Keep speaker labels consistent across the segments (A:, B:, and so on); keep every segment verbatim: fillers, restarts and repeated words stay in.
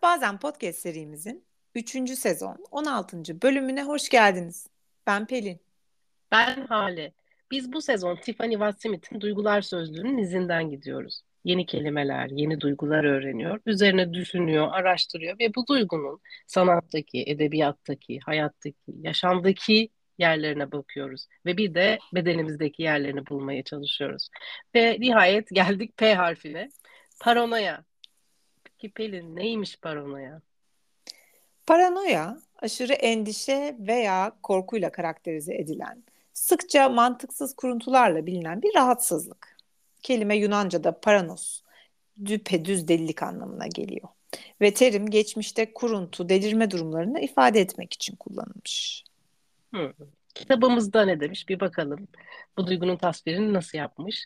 A: Bazen Podcast serimizin üçüncü sezon on altıncı bölümüne hoş geldiniz. Ben Pelin.
B: Ben Hale. Biz bu sezon Tiffany Wadsmith'in Duygular Sözlüğü'nün izinden gidiyoruz. Yeni kelimeler, yeni duygular öğreniyor, üzerine düşünüyor, araştırıyor ve bu duygunun sanattaki, edebiyattaki, hayattaki, yaşamdaki yerlerine bakıyoruz. Ve bir de bedenimizdeki yerlerini bulmaya çalışıyoruz. Ve nihayet geldik P harfine. Paranoya. Peki Pelin neymiş paranoya?
A: Paranoya, aşırı endişe veya korkuyla karakterize edilen, sıkça mantıksız kuruntularla bilinen bir rahatsızlık. Kelime Yunanca'da paranos, düpedüz delilik anlamına geliyor. Ve terim geçmişte kuruntu, delirme durumlarını ifade etmek için kullanılmış.
B: Hmm. Kitabımızda ne demiş bir bakalım. Bu duygunun tasvirini nasıl yapmış?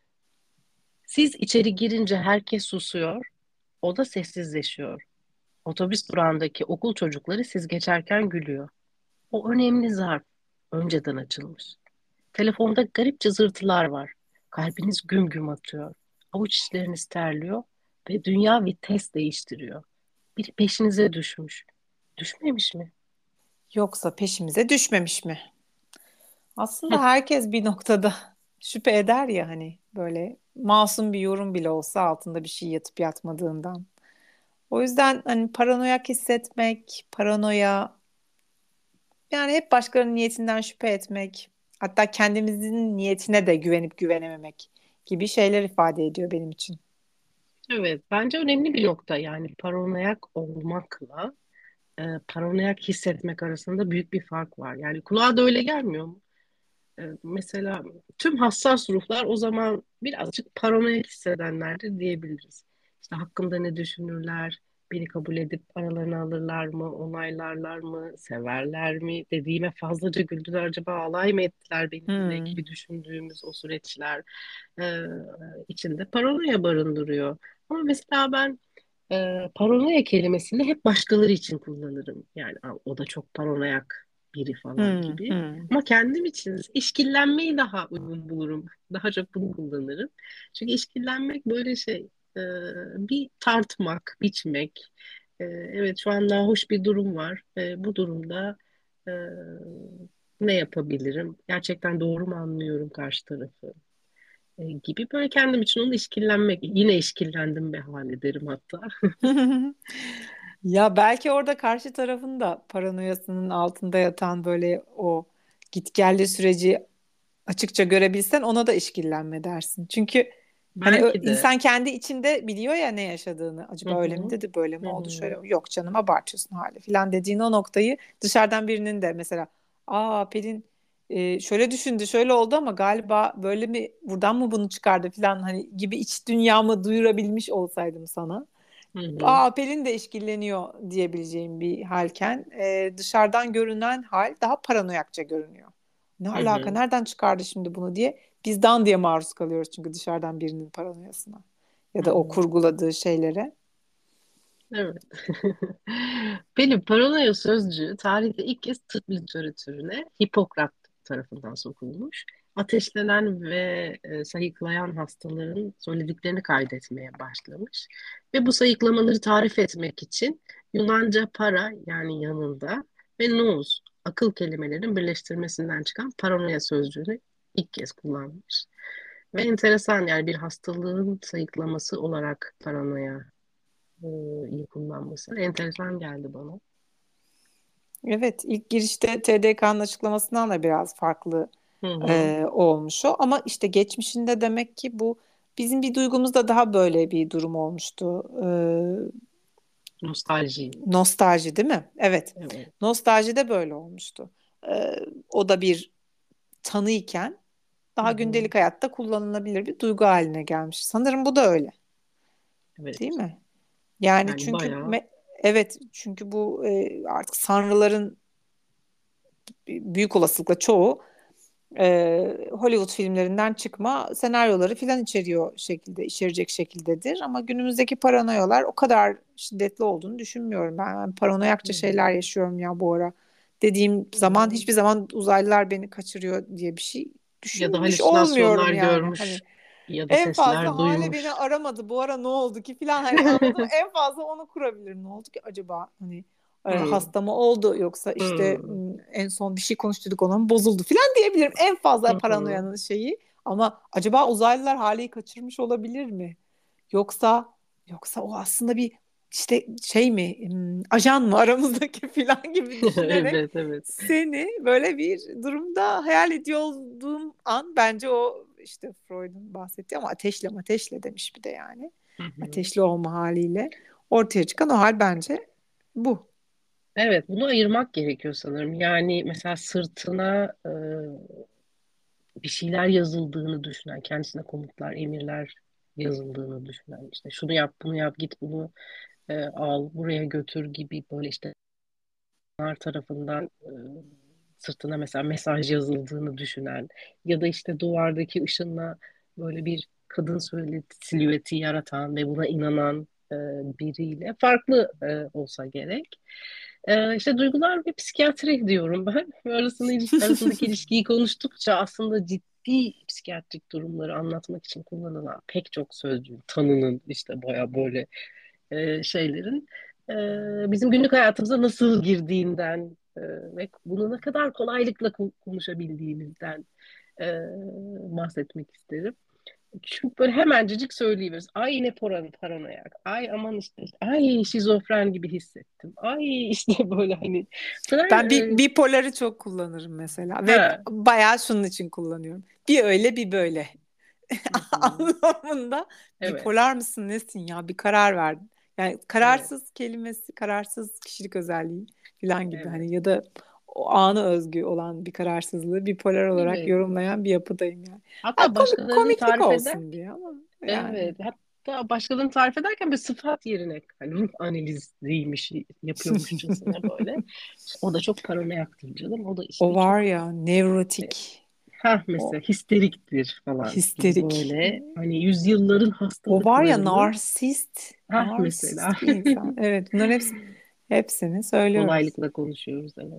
B: Siz içeri girince herkes susuyor, o da sessizleşiyor. Otobüs durağındaki okul çocukları siz geçerken gülüyor. O önemli zarf, önceden açılmış. Telefonda garip cızırtılar var. Kalbiniz güm güm atıyor. Avuç içleriniz terliyor ve dünya vites değiştiriyor. Biri peşinize düşmüş. Düşmemiş mi?
A: Yoksa peşimize düşmemiş mi? Aslında herkes bir noktada şüphe eder ya hani böyle masum bir yorum bile olsa altında bir şey yatıp yatmadığından. O yüzden hani paranoyak hissetmek, paranoya yani hep başkalarının niyetinden şüphe etmek, hatta kendimizin niyetine de güvenip güvenememek gibi şeyler ifade ediyor benim için.
B: Evet, bence önemli bir nokta yani paranoyak olmakla e, paranoyak hissetmek arasında büyük bir fark var. Yani kulağa da öyle gelmiyor mu? E, mesela tüm hassas ruhlar o zaman birazcık paranoyak hissedenlerdir diyebiliriz. İşte hakkımda ne düşünürler, beni kabul edip aralarına alırlar mı, onaylarlar mı, severler mi, dediğime fazlaca güldüler, acaba alay mı ettiler benimle
A: Hmm.
B: gibi düşündüğümüz o süreçler e, içinde paranoya barındırıyor. Ama mesela ben e, paranoya kelimesini hep başkaları için kullanırım. Yani "Aa, o da çok paranoyak biri falan
A: Hmm,
B: gibi.
A: hmm.
B: Ama kendim için işkillenmeyi daha uygun bulurum. Daha çok bunu kullanırım. Çünkü işkillenmek böyle şey, e, bir tartmak, biçmek. E, evet şu an hoş bir durum var. E, bu durumda e, ne yapabilirim? Gerçekten doğru mu anlıyorum karşı tarafı? E, gibi böyle kendim için onu işkillenmek. Yine işkillendim be hal derim hatta.
A: Ya belki orada karşı tarafın da paranoyasının altında yatan böyle o gitgelli süreci açıkça görebilsen ona da işkillenme dersin. Çünkü hani ö-
B: Belki de.
A: insan kendi içinde biliyor ya ne yaşadığını.
B: Hı
A: Acaba öyle mi
B: hı.
A: dedi, böyle
B: Hı
A: mi oldu, şöyle
B: hı.
A: mi? Yok canım abartıyorsun hali falan dediğin o noktayı dışarıdan birinin de mesela aa Pelin e, şöyle düşündü şöyle oldu ama galiba böyle mi buradan mı bunu çıkardı falan hani gibi iç dünyamı duyurabilmiş olsaydım sana.
B: Hı hı.
A: Aa Pelin de işkilleniyor diyebileceğim bir halken e, dışarıdan görünen hal daha paranoyakça görünüyor. Ne
B: Hı
A: alaka?
B: hı.
A: Nereden çıkardı şimdi bunu diye biz dan diye maruz kalıyoruz çünkü dışarıdan birinin paranoyasına ya
B: Hı
A: da o
B: hı.
A: kurguladığı şeylere.
B: Evet. Benim paranoya sözcüğü tarihte ilk kez tıp literatürüne Hipokrat tarafından sokulmuş. Ateşlenen ve e, sayıklayan hastaların söylediklerini kaydetmeye başlamış. Ve bu sayıklamaları tarif etmek için Yunanca para yani yanında ve nous akıl kelimelerin birleştirmesinden çıkan paranoya sözcüğünü ilk kez kullanmış. Ve enteresan yani bir hastalığın sayıklaması olarak paranoya e, iyi kullanması. Enteresan geldi bana.
A: Evet, ilk girişte T D K'nın açıklamasından da biraz farklı
B: Hı hı.
A: e, olmuş o. Ama işte geçmişinde demek ki bu bizim bir duygumuzda daha böyle bir durum olmuştu.
B: Nostalji.
A: Nostalji değil mi? Evet.
B: Evet.
A: Nostalji de böyle olmuştu. Ee, o da bir tanıyken
B: Hı
A: daha
B: hı.
A: gündelik hayatta kullanılabilir bir duygu haline gelmiş. Sanırım bu da öyle, değil
B: Evet.
A: mi? Yani
B: Yani
A: çünkü
B: bayağı.
A: me- evet çünkü bu e, artık sanrıların büyük olasılıkla çoğu e, Hollywood filmlerinden çıkma senaryoları filan içeriyor şekilde içerecek şekildedir. Ama günümüzdeki paranoyalar o kadar şiddetli olduğunu düşünmüyorum. Ben, ben
B: Hı
A: paranoyakça şeyler
B: hı.
A: yaşıyorum ya bu ara. Dediğim
B: Hı
A: zaman
B: hı.
A: hiçbir zaman uzaylılar beni kaçırıyor diye bir şey
B: Ya da
A: düşünmüş olmuyorum
B: halüsinasyonlar
A: yani. Hani
B: görmüş. Ya da
A: En fazla
B: sesler
A: Hale beni
B: duymuş.
A: aramadı. Bu ara ne oldu ki filan, hani anladım. En fazla onu kurabilir. Ne oldu ki acaba? Hani e,
B: Hmm,
A: hasta mı oldu, yoksa işte
B: hmm,
A: m, en son bir şey konuştuk, ona mı bozuldu filan diyebilirim. En fazla
B: hı hı.
A: paranoyanın şeyi. Ama acaba uzaylılar Hale'yi kaçırmış olabilir mi? Yoksa yoksa o aslında bir işte şey mi, m, ajan mı aramızdaki filan gibi düşünerek
B: Evet, evet.
A: seni böyle bir durumda hayal ediyor olduğum an, bence o işte Freud'un bahsettiği, ama ateşle ateşle demiş bir de yani.
B: Hı hı.
A: Ateşli olma haliyle ortaya çıkan o hal bence bu.
B: Evet, bunu ayırmak gerekiyor sanırım. Yani mesela sırtına e, bir şeyler yazıldığını düşünen, kendisine komutlar, emirler yazıldığını düşünen, işte şunu yap, bunu yap, git bunu e, al, buraya götür gibi böyle işte onlar tarafından e, sırtına mesela mesaj yazıldığını düşünen ya da işte duvardaki ışınla böyle bir kadın silüeti, silüeti yaratan ve buna inanan e, biriyle farklı e, olsa gerek. E, işte duygular ve psikiyatri diyorum ben. Ve Arasında, iliş- arasındaki ilişkiyi konuştukça aslında ciddi psikiyatrik durumları anlatmak için kullanılan pek çok sözcüğün, tanının işte baya böyle e, şeylerin e, bizim günlük hayatımıza nasıl girdiğinden e, ve bunu ne kadar kolaylıkla ko- konuşabildiğimizden e, bahsetmek isterim. Çünkü böyle hemencecik söyleyemiyoruz. Ay ne paran, paranoyak. Ay aman işte. Ay şizofren gibi hissettim. Ay işte böyle hani. O kadar,
A: Ben bir
B: e,
A: bipoları çok kullanırım mesela ve
B: ha,
A: bayağı şunun için kullanıyorum. Bir öyle bir böyle
B: hı hı,
A: anlamında.
B: evet,
A: Bipolar mısın nesin ya, bir karar verdin. Yani
B: evet,
A: kararsız kelimesi, kararsız kişilik özelliği falan gibi,
B: evet,
A: hani ya da o ana özgü olan bir kararsızlığı bipolar olarak
B: evet.
A: yorumlayan bir yapıdayım yani. Ha,
B: Hatta
A: komik,
B: başkalarını
A: komiklik
B: tarif eder.
A: olsun diye ama yani.
B: Evet. Hatta başkalarını tarif ederken bir sıfat yerine hani ruh analiziymiş yapıyormuşçasına böyle. O da çok paranoyaktır canım. O da
A: O
B: işte
A: var
B: çok
A: ya,
B: e,
A: nevrotik,
B: ha
A: o
B: mesela histeriktir falan gibi
A: histerik.
B: böyle hani yüzyılların
A: O var ya,
B: hastalıklarını
A: narsist,
B: ha mesela
A: narsist bir insan. Evet, bunların hepsi, hepsini söylüyoruz.
B: kolaylıkla konuşuyoruz, evet.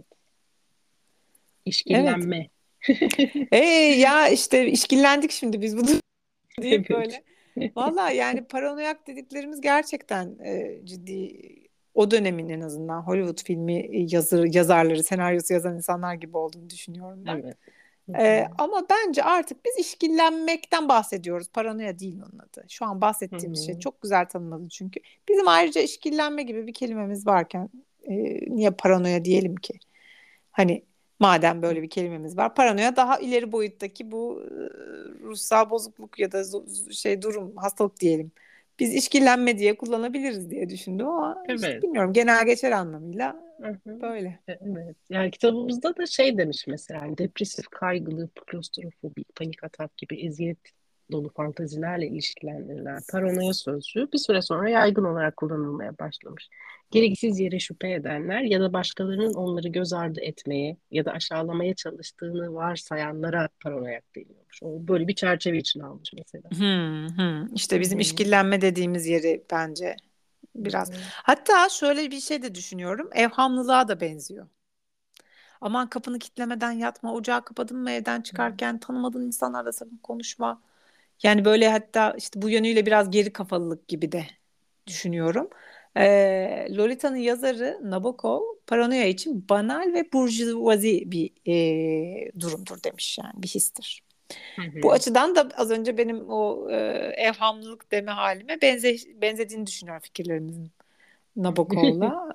A: Evet.
B: İşkillenme.
A: E ya işte işkillendik şimdi biz bunu deyip
B: Evet.
A: böyle. Valla yani paranoyak dediklerimiz gerçekten e, ciddi, o dönemin en azından Hollywood filmi yazır, yazarları, senaryosu yazan insanlar gibi olduğunu düşünüyorum ben.
B: Evet. Hı
A: E,
B: hı.
A: ama bence artık biz işkillenmekten bahsediyoruz. Paranoya değil onun adı. Şu an
B: Hı
A: bahsettiğimiz şey
B: hı.
A: çok güzel tanımladı çünkü. Bizim ayrıca işkillenme gibi bir kelimemiz varken e, niye paranoya diyelim ki? Hani madem böyle bir kelimemiz var. Paranoya daha ileri boyuttaki bu e, ruhsal bozukluk ya da zo- şey durum, hastalık diyelim. Biz işkillenme diye kullanabiliriz diye düşündüm ama işte
B: Evet.
A: bilmiyorum, genel geçer anlamıyla
B: Hı hı.
A: böyle.
B: E, Evet. Yani kitabımızda da şey demiş mesela hani depresif, kaygılı, klostrofobi, panik atak gibi eziyet dolu fantazilerle ilişkilendirilen paranoya sözcüğü bir süre sonra yaygın olarak kullanılmaya başlamış. Gereksiz yere şüphe edenler ya da başkalarının onları göz ardı etmeye ya da aşağılamaya çalıştığını varsayanlara paranoyak deniyormuş. O böyle bir çerçeve içine almış mesela.
A: Hmm, hmm.
B: Hı
A: İşte bizim
B: hı.
A: işkillenme dediğimiz yeri bence
B: Hı
A: biraz.
B: hı.
A: Hatta şöyle bir şey de düşünüyorum. Evhamlılığa da benziyor. Aman kapını kilitlemeden yatma, ocağı kapadın mı evden çıkarken tanımadığın insanlarla sakın konuşma. Yani böyle, hatta işte bu yönüyle biraz geri kafalılık gibi de düşünüyorum. Ee, Lolita'nın yazarı Nabokov paranoya için banal ve burjuvazi bir e, durumdur demiş, yani bir histir.
B: Hı
A: Bu
B: hı.
A: açıdan da az önce benim o e, evhamlılık deme halime benze, benzediğini düşünüyorum fikirlerimizin Nabokov'la.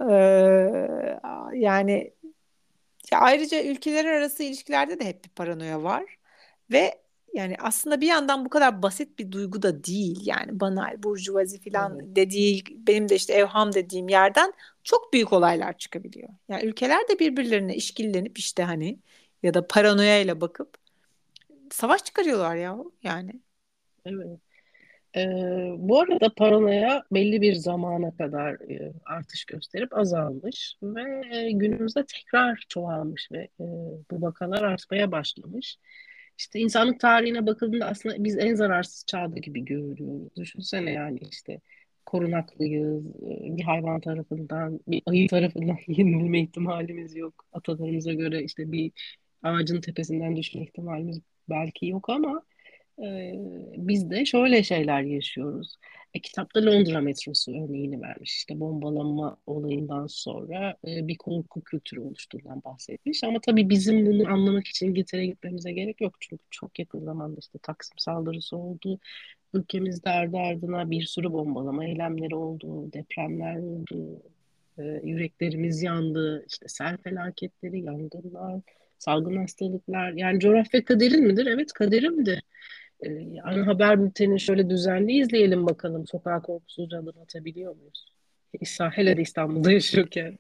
A: Ee, yani ya ayrıca ülkeler arası ilişkilerde de hep bir paranoya var ve yani aslında bir yandan bu kadar basit bir duygu da değil, yani banal, burjuvazi falan
B: Evet.
A: dediği, benim de işte evham dediğim yerden çok büyük olaylar çıkabiliyor. Yani ülkeler de birbirlerine işkillenip işte hani ya da paranoya ile bakıp savaş çıkarıyorlar ya yani.
B: Evet. Ee, bu arada paranoya belli bir zamana kadar e, artış gösterip azalmış ve e, günümüzde tekrar çoğalmış ve e, bu vakalar artmaya başlamış. İşte insanlık tarihine bakıldığında aslında biz en zararsız çağda gibi görüyoruz. Düşünsene yani işte korunaklıyız, e, bir hayvan tarafından, bir ayı tarafından yenilme ihtimalimiz yok. Atalarımıza göre işte bir ağacın tepesinden düşme ihtimalimiz belki yok ama Ee, Biz de şöyle şeyler yaşıyoruz. E, kitapta Londra metrosu örneğini vermiş. İşte bombalama olayından sonra e, bir korku kültürü oluştuğundan bahsetmiş. Ama tabii bizim bunu anlamak için İngiltere'ye gitmemize gerek yok. Çünkü çok yakın zamanda işte Taksim saldırısı oldu. Ülkemizde ardı ardına bir sürü bombalama eylemleri oldu, depremler oldu. E, yüreklerimiz yandı. İşte sel felaketleri, yangınlar, salgın hastalıklar. Yani coğrafya kaderin midir? Evet, kaderimdir. Ee, ana haber bültenini şöyle düzenli izleyelim bakalım. Sokağa korkusuzca adım atabiliyor muyuz? İsa, hele de İstanbul'da yaşıyorken.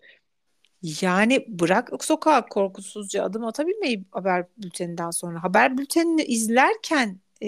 A: Yani bırak sokağa korkusuzca adım atabilmeyi haber bülteninden sonra. Haber bültenini izlerken e,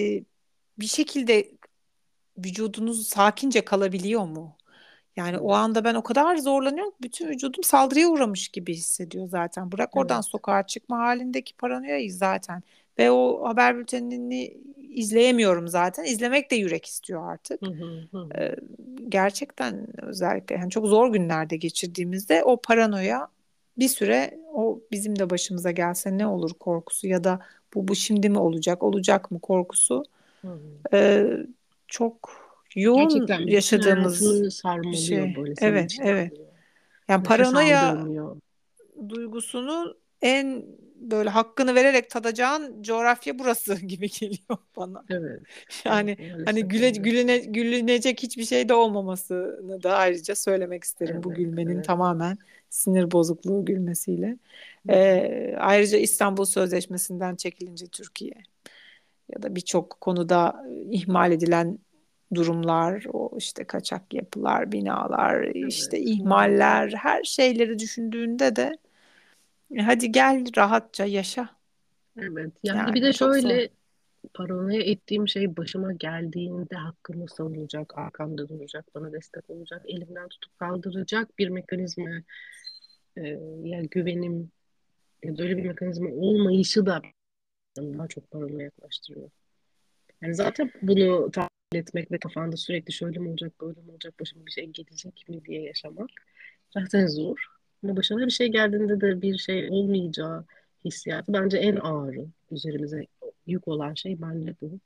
A: bir şekilde vücudunuz sakince kalabiliyor mu? Yani o
B: Evet,
A: anda ben o kadar zorlanıyorum ki bütün vücudum saldırıya uğramış gibi hissediyor zaten. Bırak oradan
B: evet.
A: sokağa çıkma halindeki paranoyayı zaten. Ve o haber bültenini izleyemiyorum zaten. İzlemek de yürek istiyor
B: Hı
A: artık.
B: hı, hı hı.
A: Ee, Gerçekten özellikle yani çok zor günlerde geçirdiğimizde o paranoya bir süre o bizim de başımıza gelse ne olur korkusu ya da bu bu şimdi mi olacak, olacak mı korkusu
B: Hı hı.
A: ee, çok yoğun
B: Gerçekten bütün
A: yaşadığımız
B: hayatını
A: bir
B: sarmalıyor,
A: şey.
B: böyle seni
A: Evet,
B: içine
A: evet.
B: alıyor.
A: Yani
B: Nefes
A: paranoya
B: aldırmıyor.
A: duygusunu en böyle hakkını vererek tadacağın coğrafya burası gibi geliyor bana.
B: Evet, evet
A: Yani hani
B: maalesef
A: güle,
B: öyle.
A: gülüne, gülünecek hiçbir şey de olmamasını da ayrıca söylemek isterim bu
B: Evet,
A: gülmenin
B: evet.
A: tamamen sinir bozukluğu gülmesiyle.
B: Hı hı.
A: Ee, ayrıca İstanbul Sözleşmesi'nden çekilince Türkiye ya da birçok konuda ihmal edilen durumlar, o işte kaçak yapılar, binalar, işte
B: Evet, maalesef.
A: ihmaller, her şeyleri düşündüğünde de e, hadi gel rahatça yaşa.
B: Evet, yani bir
A: Yani
B: de
A: çok zor.
B: şöyle paranoya ettiğim şey başıma geldiğinde hakkımı savunacak, arkamda duracak, bana destek olacak, elimden tutup kaldıracak bir mekanizma, e, ya güvenim ya da öyle bir mekanizma olmayışı da beni daha çok paranoya yaklaştırıyor. Yani zaten bunu tahayyül etmek ve kafanda sürekli şöyle mi olacak, böyle mi olacak, başıma bir şey gelecek mi diye yaşamak zaten zor. Ama başına bir şey geldiğinde de bir şey olmayacağı hissiyatı bence en ağırı üzerimize yük olan şey bence bu.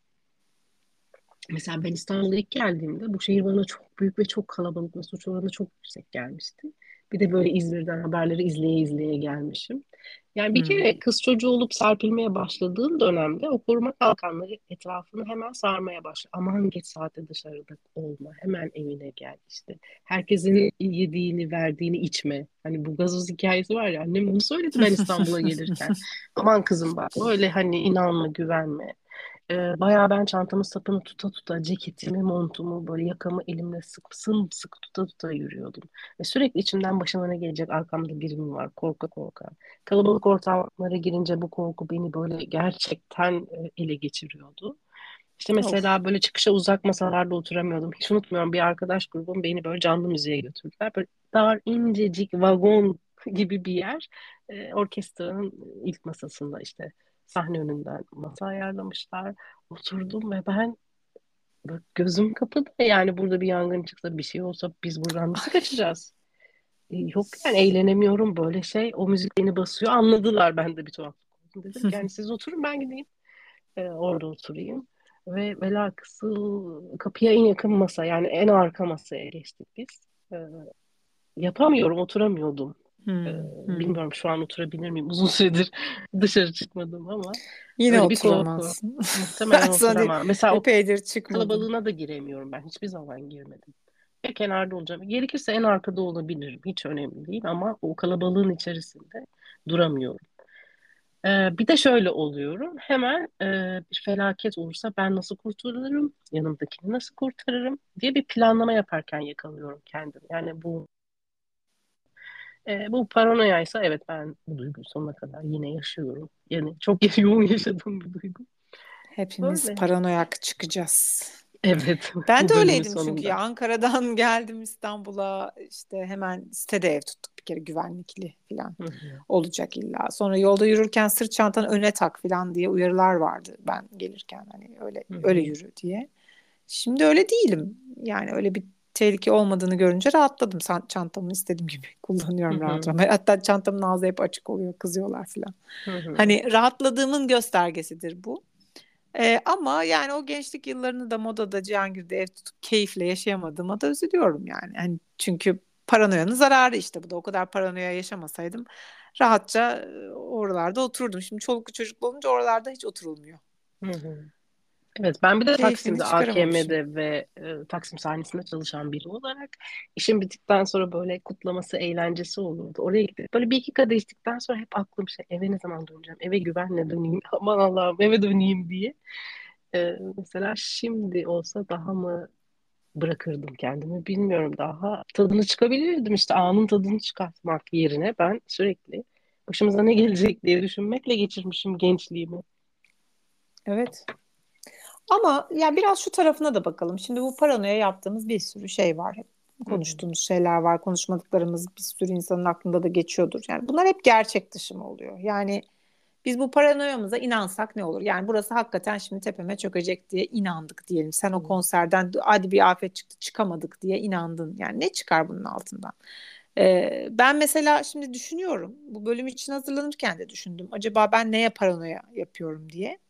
B: Mesela ben İstanbul'a ilk geldiğimde bu şehir bana çok büyük ve çok kalabalık ve suç oranı çok yüksek gelmişti. Bir de böyle İzmir'den haberleri izleye izleye gelmişim. Yani bir
A: Hmm.
B: kere kız çocuğu olup serpilmeye başladığım dönemde o koruma kalkanları etrafını hemen sarmaya başladı. Aman geç saatte dışarıda olma, hemen evine gel işte. Herkesin yediğini, verdiğini içme. Hani bu gazoz hikayesi var ya, annem onu söyledi ben İstanbul'a gelirken. Aman kızım bak öyle hani inanma, güvenme. Ee, bayağı ben çantamı sapını tuta tuta ceketimi, montumu böyle yakamı elimle sık sımsıkı tuta tuta yürüyordum. Ve sürekli içimden başıma ne gelecek arkamda biri mi var korka korka. Kalabalık ortamlara girince bu korku beni böyle gerçekten e, ele geçiriyordu. İşte
A: Of.
B: mesela böyle çıkışa uzak masalarda oturamıyordum. Hiç unutmuyorum bir arkadaş grubum beni böyle canlı müziğe götürdüler. Böyle dar incecik vagon gibi bir yer. Ee, orkestranın ilk masasında işte sahne önünden masa ayarlamışlar. Oturdum ve ben böyle gözüm kapadı. Yani burada bir yangın çıksa bir şey olsa biz buradan nasıl kaçacağız? E, Yok yani eğlenemiyorum böyle şey. O müzik beni basıyor. Anladılar ben de bir tuhaflık oldum. Dedim ki yani siz oturun ben gideyim. E, orada oturayım. Ve velhasıl kapıya en yakın masa yani en arka masaya geçtik biz. E, Yapamıyorum, oturamıyordum. E,
A: Hmm, hmm.
B: Bilmiyorum şu an oturabilir miyim? Uzun süredir dışarı çıkmadım ama
A: Yine
B: öyle bir korku.
A: oturamazsın.
B: Muhtemelen
A: Sana değil.
B: oturamam. Mesela o
A: Epeydir çıkmadım.
B: kalabalığına da giremiyorum ben. Hiçbir zaman girmedim. Ya kenarda olacağım. Gerekirse en arkada olabilirim. Hiç önemli değil ama o kalabalığın içerisinde duramıyorum. Ee, bir de şöyle oluyorum. Hemen e, bir felaket olursa ben nasıl kurtulurum, yanımdakini nasıl kurtarırım diye bir planlama yaparken yakalıyorum kendimi. Yani bu e, bu paranoyaysa evet ben bu duyguyu sonuna kadar yine yaşıyorum. Yani çok yoğun yaşadığım bir duygu.
A: Hepimiz
B: Böyle.
A: paranoyak çıkacağız.
B: Evet,
A: Ben de
B: bu bölümün
A: öyleydim çünkü
B: sonunda.
A: ya Ankara'dan geldim İstanbul'a işte hemen sitede ev tuttuk bir kere güvenlikli falan
B: Hı hı,
A: olacak illa. Sonra yolda yürürken sırt çantanı öne tak falan diye uyarılar vardı ben gelirken hani öyle
B: hı
A: öyle
B: hı,
A: yürü diye. Şimdi öyle değilim. Yani öyle bir tehlike olmadığını görünce rahatladım. San- Çantamı istediğim gibi
B: hı
A: kullanıyorum rahat
B: hı,
A: rahat. Hatta çantamın ağzı hep açık oluyor, kızıyorlar falan.
B: hı hı.
A: Hani rahatladığımın göstergesidir bu. Ee, ama yani o gençlik yıllarını da modada Cihangir'de ev tutup keyifle yaşayamadığıma da üzülüyorum yani. Hani çünkü paranoyanın zararı işte bu da, o kadar paranoya yaşamasaydım rahatça e, oralarda otururdum. Şimdi çoluklu çocuklu olunca oralarda hiç oturulmuyor.
B: Hı hı. Evet, ben bir de
A: Keyfini
B: Taksim'de,
A: çıkaramamışım.
B: A K M'de ve e, Taksim sahnesinde çalışan biri olarak işim bittikten sonra böyle kutlaması, eğlencesi olurdu. Oraya gidip böyle bir iki kadeh içtikten sonra hep aklım şey, eve ne zaman döneceğim, eve güvenle döneyim, aman Allah'ım eve döneyim diye. E, mesela şimdi olsa daha mı bırakırdım kendimi bilmiyorum, daha tadını çıkabilirdim, işte anın tadını çıkartmak yerine ben sürekli başımıza ne gelecek diye düşünmekle geçirmişim gençliğimi.
A: Evet. Ama ya biraz şu tarafına da bakalım. Şimdi bu paranoya yaptığımız bir sürü şey var. Hep
B: Hı hı,
A: konuştuğumuz şeyler var. Konuşmadıklarımız bir sürü insanın aklında da geçiyordur. Yani bunlar hep gerçek dışı mı oluyor? Yani biz bu paranoyamıza inansak ne olur? Yani burası hakikaten şimdi tepeme çökecek diye inandık diyelim. Sen o
B: hı
A: konserden hadi bir afet çıktı çıkamadık diye inandın. Yani ne çıkar bunun altından? Ee, ben mesela şimdi düşünüyorum. Bu bölüm için hazırlanırken de düşündüm. Acaba ben neye paranoya yapıyorum diye.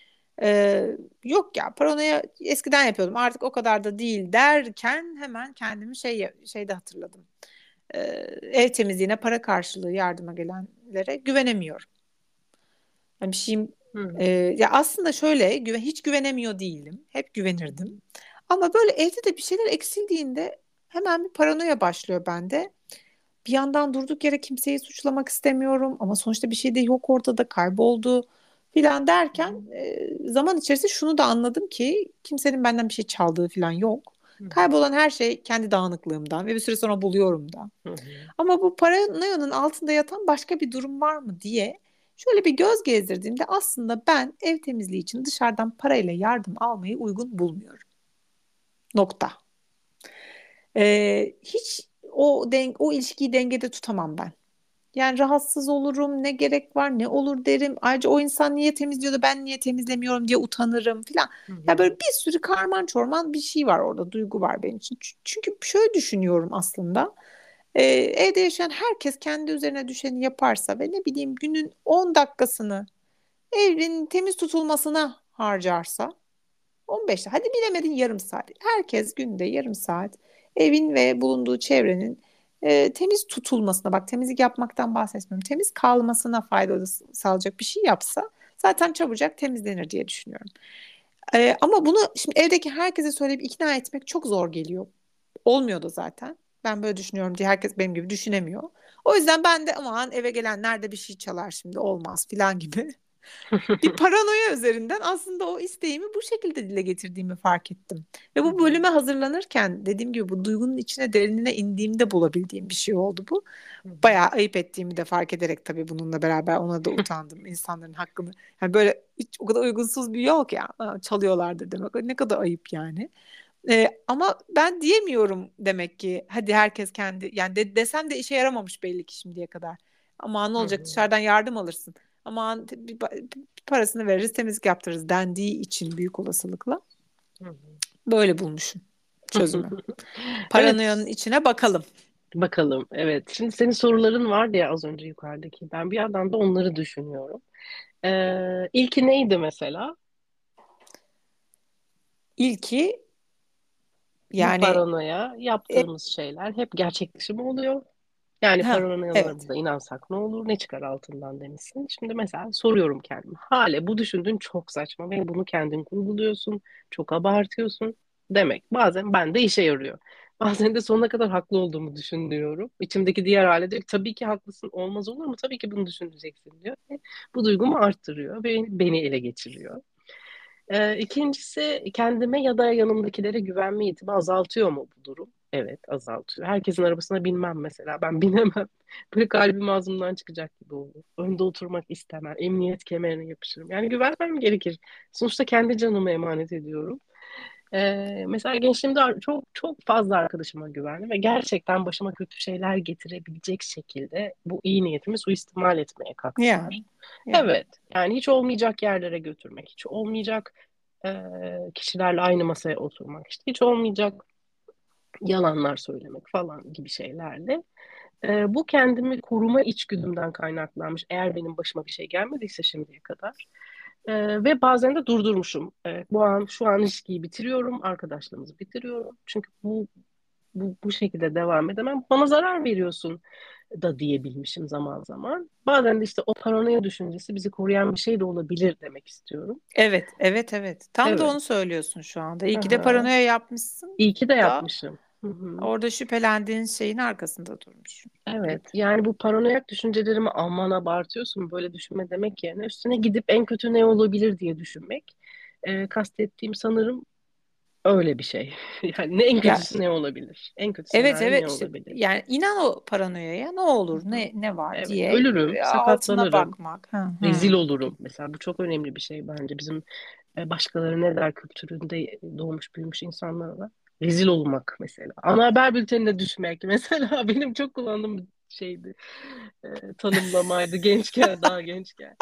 A: Ee, Yok ya, paranoya eskiden yapıyordum, artık o kadar da değil derken hemen kendimi şey şeyde hatırladım. Ee, Ev temizliğine para karşılığı yardıma gelenlere güvenemiyorum. Yani bir şeyim
B: hı,
A: e, ya aslında şöyle güven, hiç güvenemiyor değilim. Hep güvenirdim. Ama böyle evde de bir şeyler eksildiğinde hemen bir paranoya başlıyor bende. Bir yandan durduk yere kimseyi suçlamak istemiyorum ama sonuçta bir şey de yok, ortada kayboldu filan derken e, zaman içerisinde şunu da anladım ki kimsenin benden bir şey çaldığı filan yok.
B: hı hı,
A: Kaybolan her şey kendi dağınıklığımdan ve bir süre sonra buluyorum da.
B: hı hı.
A: Ama bu paranoyanın altında yatan başka bir durum var mı diye şöyle bir göz gezdirdiğimde aslında ben ev temizliği için dışarıdan parayla yardım almayı uygun bulmuyorum. Nokta. Ee, hiç o den o ilişkiyi dengede tutamam ben. Yani rahatsız olurum, ne gerek var, ne olur derim. Ayrıca o insan niye temizliyor da ben niye temizlemiyorum diye utanırım filan.
B: Hı
A: Ya
B: hı.
A: böyle bir sürü karman çorman bir şey var orada, duygu var benim için. Ç- Çünkü şöyle düşünüyorum aslında. Ee, evde yaşayan herkes kendi üzerine düşeni yaparsa ve ne bileyim günün on dakikasını evin temiz tutulmasına harcarsa, on beş hadi bilemedin yarım saat. Herkes günde yarım saat evin ve bulunduğu çevrenin e, temiz tutulmasına, bak temizlik yapmaktan bahsetmiyorum, temiz kalmasına fayda sağlayacak bir şey yapsa zaten çabucak temizlenir diye düşünüyorum. E, ama bunu şimdi evdeki herkese söyleyip ikna etmek çok zor geliyor. Olmuyor da zaten. Ben böyle düşünüyorum diye herkes benim gibi düşünemiyor. O yüzden ben de aman eve gelenler de bir şey çalar şimdi olmaz filan gibi bir paranoya üzerinden aslında o isteğimi bu şekilde dile getirdiğimi fark ettim. Ve
B: Hı
A: bu
B: hı,
A: bölüme hazırlanırken dediğim gibi bu duygunun içine derinine indiğimde bulabildiğim bir şey oldu bu.
B: hı hı.
A: Bayağı ayıp ettiğimi de fark ederek tabii bununla beraber ona da utandım. İnsanların hakkını. Yani böyle hiç o kadar uygunsuz bir yok ya. Ha, çalıyorlardır demek. Ne kadar ayıp yani. Ee, ama ben diyemiyorum demek ki. Hadi herkes kendi, yani de, desem de işe yaramamış belli ki şimdiye kadar. Aman ne
B: Hı
A: olacak,
B: hı,
A: dışarıdan yardım alırsın. Aman te- bir, pa- bir parasını veririz temizlik yaptırırız dendiği için büyük olasılıkla
B: hı hı.
A: böyle bulmuşum çözümü. Paranoyanın
B: Evet,
A: içine bakalım.
B: bakalım. Evet. Şimdi senin soruların vardı ya az önce yukarıdaki. Ben bir yandan da onları düşünüyorum. Ee, ilki neydi mesela?
A: İlki
B: Bu
A: yani
B: paranoya
A: e,
B: yaptığımız şeyler hep gerçek dışı mı oluyor? Yani
A: ha
B: paranoyalarımıza
A: evet.
B: inansak ne olur, ne çıkar altından demişsin. Şimdi mesela soruyorum kendime. Hale bu düşündüğün çok saçma ve bunu kendin kurguluyorsun, çok abartıyorsun demek. Bazen bende işe yarıyor. Bazen de sonuna kadar haklı olduğumu düşünüyorum. İçimdeki diğer hale diyor ki, tabii ki haklısın, olmaz olur mu? Tabii ki bunu düşüneceksin diyor. Ve bu duygumu arttırıyor ve beni ele geçiriyor. Ee, ikincisi kendime ya da yanımdakilere güvenme yetimi azaltıyor mu bu durum? Evet, azaltıyor. Herkesin arabasına binmem mesela. Ben binemem. Böyle kalbim ağzımdan çıkacak gibi olur. Önde oturmak istemem. Emniyet kemerine yapışırım. Yani güvenmem gerekir. Sonuçta kendi canımı emanet ediyorum. Ee, mesela gençliğimde çok çok fazla arkadaşıma güvendim ve gerçekten başıma kötü şeyler getirebilecek şekilde bu iyi niyetimi suistimal etmeye
A: Ya
B: kalktılar.
A: ya.
B: Evet, yani hiç olmayacak yerlere götürmek, hiç olmayacak e, kişilerle aynı masaya oturmak, işte hiç olmayacak yalanlar söylemek falan gibi şeylerle. E, bu kendimi koruma içgüdümden kaynaklanmış. Eğer benim başıma bir şey gelmediyse şimdiye kadar. Ee, ve bazen de durdurmuşum. Evet, bu an şu an ilişkiyi bitiriyorum, arkadaşlığımızı bitiriyorum. Çünkü bu bu, bu şekilde devam edemem. Bana zarar veriyorsun da diyebilmişim zaman zaman. Bazen de işte o paranoya düşüncesi bizi koruyan bir şey de olabilir demek istiyorum.
A: Evet, evet, evet. Tam da onu
B: Evet.
A: söylüyorsun şu anda. İyi ki de
B: Aha.
A: paranoya yapmışsın
B: İyi ki de
A: da
B: yapmışım. Hı hı.
A: orada şüphelendiğin şeyin arkasında durmuş
B: Evet,
A: gibi.
B: yani bu paranoyak düşüncelerimi aman abartıyorsun böyle düşünme demek yerine üstüne gidip en kötü ne olabilir diye düşünmek. Ee, kastettiğim sanırım öyle bir şey. Yani ne en
A: Ya
B: kötüsü ne olabilir? En kötü
A: evet,
B: senaryo
A: evet,
B: ne
A: işte
B: olabilir?
A: yani inan o paranoyaya ne
B: Hı
A: olur,
B: hı.
A: ne ne var
B: Evet,
A: diye
B: ölürüm,
A: e, altına
B: sakatlanırım,
A: bakmak. Hı hı.
B: rezil olurum. Mesela bu çok önemli bir şey bence. Bizim e, başkaları ne der kültüründe doğmuş büyümüş insanlara. Rezil olmak mesela. Ana haber bültenine düşmek mesela benim çok kullandığım bir şeydi. E, tanımlamaydı gençken, daha gençken.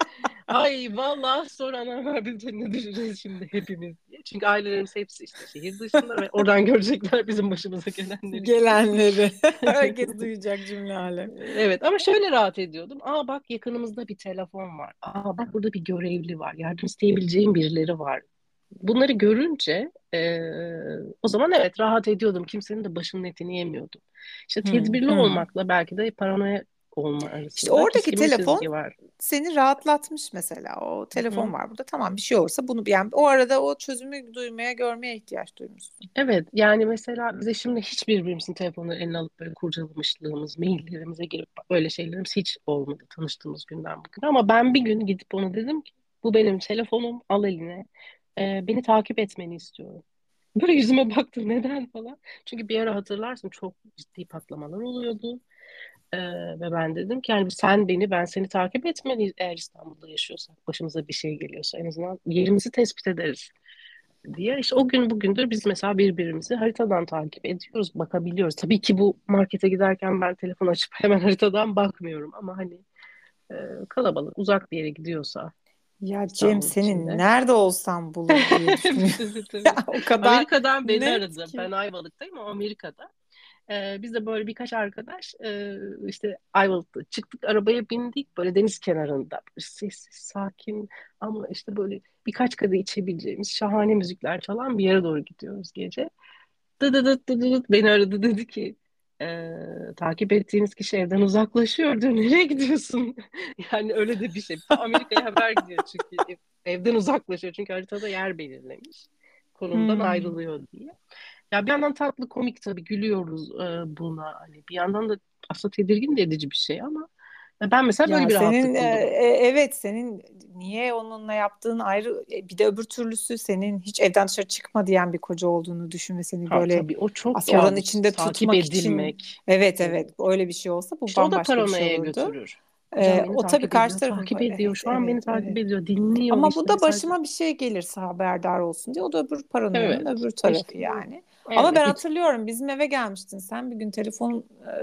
B: Ay vallahi sonra ana haber bültenine düşeceğiz şimdi hepimiz diye. Çünkü ailelerimiz hepsi işte şehir dışında ve oradan görecekler bizim başımıza gelenleri gibi.
A: Gelenleri herkes duyacak cümle alem.
B: Evet ama şöyle rahat ediyordum. Aa bak yakınımızda bir telefon var. Aa bak burada bir görevli var. Yardım isteyebileceğim birileri var. Bunları görünce eee, o zaman evet rahat ediyordum. Kimsenin de başının etini yemiyordum. İşte
A: Hı
B: tedbirli
A: hı.
B: olmakla belki de paranoya olma
A: İşte
B: arasında
A: oradaki
B: keskin bir çizgi
A: telefon
B: var.
A: seni rahatlatmış mesela. O
B: Hı
A: telefon
B: hı.
A: var burada. Tamam, bir şey olursa bunu, yani o arada o çözümü duymaya, görmeye ihtiyaç duymuşsun.
B: Evet yani mesela bize şimdi hiç birbirimizin telefonları eline alıp böyle kurcalamışlığımız, maillerimize girip öyle şeylerimiz hiç olmadı tanıştığımız günden bugün. Ama ben bir gün gidip ona dedim ki bu benim telefonum al eline. Ee, beni takip etmeni istiyorum. Böyle yüzüme baktı neden falan. Çünkü bir ara hatırlarsın çok ciddi patlamalar oluyordu. Ee, ve ben dedim ki yani sen beni ben seni takip etmeliyiz eğer İstanbul'da yaşıyorsak. Başımıza bir şey geliyorsa en azından yerimizi tespit ederiz diye. İşte o gün bugündür biz mesela birbirimizi haritadan takip ediyoruz, bakabiliyoruz. Tabii ki bu markete giderken ben telefon açıp hemen haritadan bakmıyorum ama hani e, kalabalık uzak bir yere gidiyorsa
A: Ya Cem,
B: İstanbul
A: seni
B: içinde.
A: nerede olsam bulur diye
B: Evet,
A: düşünüyorum.
B: evet,
A: Ya
B: evet.
A: o kadar
B: Amerika'dan beni
A: net
B: aradı.
A: ki.
B: Ben Ayvalık'tayım ama Amerika'da. Ee, biz de böyle birkaç arkadaş e, işte Ayvalık'ta çıktık arabaya bindik böyle deniz kenarında böyle sessiz sakin ama işte böyle birkaç kadeh içebileceğimiz şahane müzikler çalan bir yere doğru gidiyoruz gece. Dıdıdıt dıdıdıt beni aradı dedi ki "Ee, takip ettiğiniz kişi evden uzaklaşıyor diyor. Nereye gidiyorsun? Yani öyle de bir şey. Ta Amerika'ya haber gidiyor çünkü ev- evden uzaklaşıyor. Çünkü haritada yer belirlemiş. Konumdan
A: Hmm.
B: ayrılıyor diye. Ya bir yandan tatlı komik tabii gülüyoruz e, buna. Hani bir yandan da aslında tedirgin de edici bir şey ama ben mesela böyle
A: Ya
B: bir
A: senin
B: rahatlık
A: e,
B: buldum.
A: e, evet, senin niye onunla yaptığın ayrı. E, bir de öbür türlüsü senin hiç evden dışarı çıkma diyen bir koca olduğunu düşün ve seni
B: Ha,
A: böyle
B: tabii o çok
A: aslında oranın
B: kabus.
A: içinde
B: Takip
A: tutmak için,
B: edilmek.
A: evet, evet,
B: Evet.
A: öyle bir şey olsa bu
B: İşte o da
A: bambaşka bir şey
B: paranoyaya
A: olurdu.
B: götürür. Kocam
A: E,
B: beni
A: o tabii
B: takip
A: karşı
B: ediyor,
A: tarafı,
B: takip ediyor.
A: evet,
B: Şu an beni
A: evet,
B: takip
A: evet.
B: ediyor, dinliyor
A: Ama bu
B: işte
A: da
B: mesajları.
A: başıma bir şey gelirse haberdar olsun diye, o da öbür paranoyanın
B: Evet,
A: öbür
B: işte
A: tarafı
B: bu.
A: yani. Ama
B: Evet,
A: ben
B: hiç.
A: hatırlıyorum, bizim eve gelmiştin sen bir gün, telefon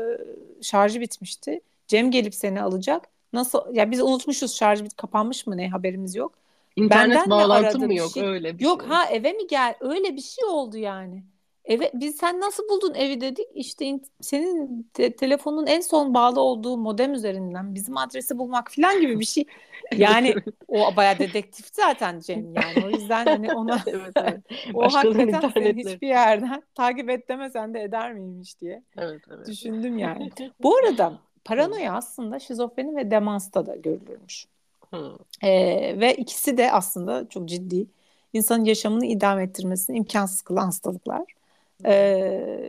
A: şarjı bitmişti. Cem gelip seni alacak. Nasıl ya, biz unutmuşuz, şarj bit kapanmış mı ne, haberimiz yok.
B: İnternet
A: Benden mi
B: bağlantım
A: aradı
B: mı
A: bir
B: yok
A: şey?
B: öyle bir
A: Yok,
B: şey.
A: ha, eve mi gel? Öyle bir şey oldu yani. Eve biz, sen nasıl buldun evi dedik. İşte in- senin te- telefonun en son bağlı olduğu modem üzerinden bizim adresi bulmak falan gibi bir şey.
B: Evet,
A: Yani
B: evet.
A: o bayağı dedektif zaten Cem, yani. O yüzden hani ona
B: Evet, evet.
A: o
B: Başkalarının
A: hakikaten seni
B: internetleri.
A: hiçbir yerden takip et demesen de eder miymiş diye
B: Evet, evet.
A: düşündüm yani. Bu arada
B: Hı,
A: paranoya aslında şizofreni ve demansta da görülürmüş.
B: hı,
A: Ee, ve ikisi de aslında çok ciddi, insanın yaşamını idame ettirmesini imkansız kılan hastalıklar.
B: hı,
A: Ee,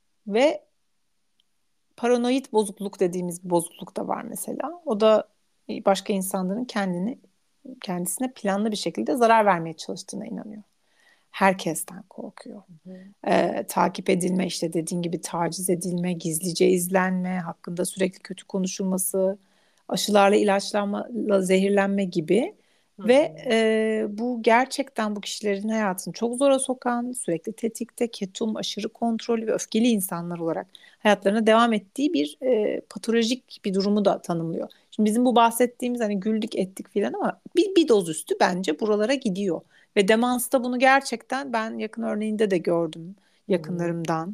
A: ve paranoid bozukluk dediğimiz bir bozukluk da var mesela. O da başka insanların kendini kendisine planlı bir şekilde zarar vermeye çalıştığına inanıyor. Herkesten korkuyor.
B: hı,
A: Ee, takip edilme, işte dediğin gibi taciz edilme, gizlice izlenme, hakkında sürekli kötü konuşulması, aşılarla, ilaçlarla zehirlenme gibi.
B: hı,
A: Ve
B: hı.
A: e, bu gerçekten bu kişilerin hayatını çok zora sokan, sürekli tetikte, ketum, aşırı kontrollü ve öfkeli insanlar olarak hayatlarına devam ettiği bir e, patolojik bir durumu da tanımlıyor. Şimdi bizim bu bahsettiğimiz, hani güldük ettik filan ama bir, bir doz üstü bence buralara gidiyor. Ve demansta bunu gerçekten ben yakın örneğinde de gördüm
B: Hı.
A: yakınlarımdan.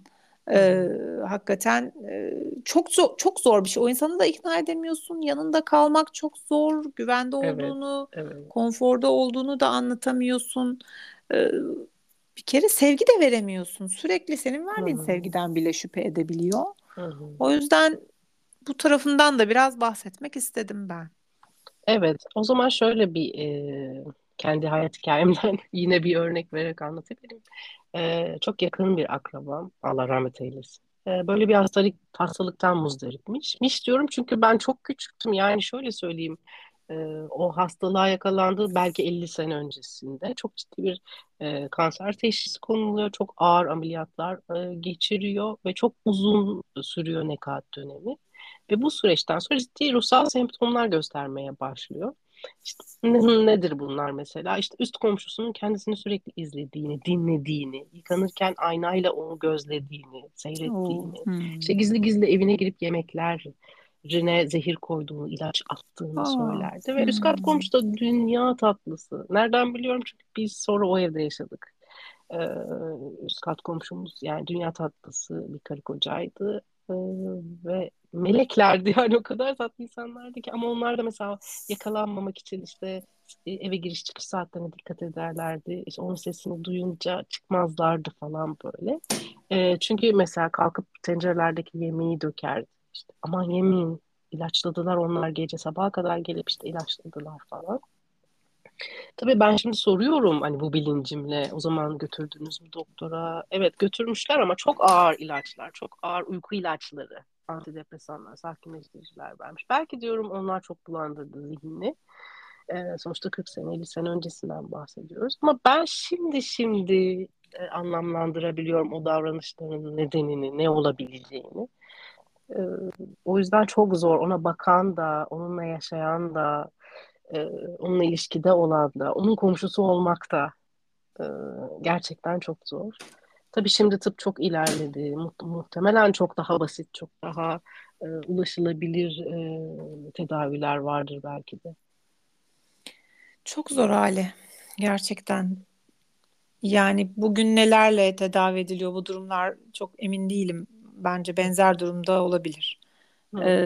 B: Hı
A: Ee,
B: hı.
A: hakikaten e, çok zor, çok zor bir şey. O insanı da ikna edemiyorsun. Yanında kalmak çok zor. Güvende
B: Evet,
A: olduğunu,
B: evet.
A: konforda olduğunu da anlatamıyorsun. Ee, bir kere sevgi de veremiyorsun. Sürekli senin
B: Hı
A: verdiğin
B: hı.
A: sevgiden bile şüphe edebiliyor.
B: Hı hı.
A: O yüzden bu tarafından da biraz bahsetmek istedim ben.
B: Evet, o zaman şöyle bir e, kendi hayat hikayemden yine bir örnek vererek anlatabilirim. E, çok yakın bir akrabam, Allah rahmet eylesin. E, böyle bir hastalık, hastalıktan muzdaripmiş. Miş diyorum çünkü ben çok küçüktüm. Yani şöyle söyleyeyim, e, o hastalığa yakalandığı belki elli sene öncesinde çok ciddi bir e, kanser teşhisi konuluyor. Çok ağır ameliyatlar e, geçiriyor ve çok uzun sürüyor nekat dönemi. Ve bu süreçten sonra ciddi ruhsal semptomlar göstermeye başlıyor. İşte ne- nedir bunlar mesela? İşte üst komşusunun kendisini sürekli izlediğini, dinlediğini, yıkanırken aynayla onu gözlediğini,
A: Oo,
B: seyrettiğini, işte
A: hmm.
B: gizli gizli evine girip yemeklerine zehir koyduğunu, ilaç attığını
A: Aa,
B: söylerdi. Ve üst kat
A: hmm.
B: komşu da dünya tatlısı. Nereden biliyorum? Çünkü biz sonra o evde yaşadık. Ee, üst kat komşumuz yani dünya tatlısı bir karı kocaydı. Ee, ve meleklerdi yani o kadar tatlı insanlardı ki ama onlar da mesela yakalanmamak için işte e, eve giriş çıkış saatlerine dikkat ederlerdi. İşte onun sesini duyunca çıkmazlardı falan böyle. Ee, çünkü mesela kalkıp tencerelerdeki yemeği dökerdi. İşte aman yemeyin ilaçladılar onlar gece sabaha kadar gelip işte ilaçladılar falan. Tabii ben şimdi soruyorum hani bu bilincimle o zaman götürdünüz mü doktora? Evet götürmüşler ama çok ağır ilaçlar, çok ağır uyku ilaçları, antidepresanlar, sakinleştiriciler vermiş. Belki diyorum onlar çok bulandırdı zihnini. Ee, sonuçta kırk sene, elli sene öncesinden bahsediyoruz. Ama ben şimdi şimdi e, anlamlandırabiliyorum o davranışların nedenini, ne olabileceğini. Ee, o yüzden çok zor. Ona bakan da, onunla yaşayan da, e, onunla ilişkide olan da, onun komşusu olmak da e, gerçekten çok zor. Tabii şimdi tıp çok ilerledi. Mu- muhtemelen çok daha basit, çok daha e, ulaşılabilir e, tedaviler vardır belki de.
A: Çok zor hali. Gerçekten. Yani bugün nelerle tedavi ediliyor bu durumlar çok emin değilim. Bence
B: Hı
A: benzer durumda olabilir.
B: hı,
A: Ee,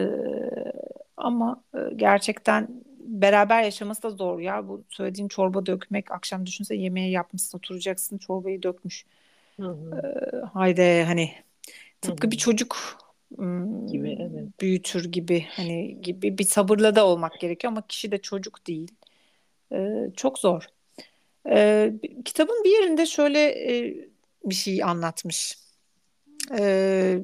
A: ama e, gerçekten beraber yaşaması da zor ya. Bu söylediğin çorba dökmek, akşam düşünse yemeği yapmışsın, oturacaksın, çorbayı dökmüş.
B: hı hı,
A: Haydi hani
B: hı
A: tıpkı bir
B: hı.
A: çocuk ım,
B: Gibi evet.
A: büyütür gibi hani gibi bir sabırla da olmak gerekiyor ama kişi de çocuk değil. Ee, çok zor. Ee, kitabın bir yerinde şöyle e, bir şey anlatmış. Ee,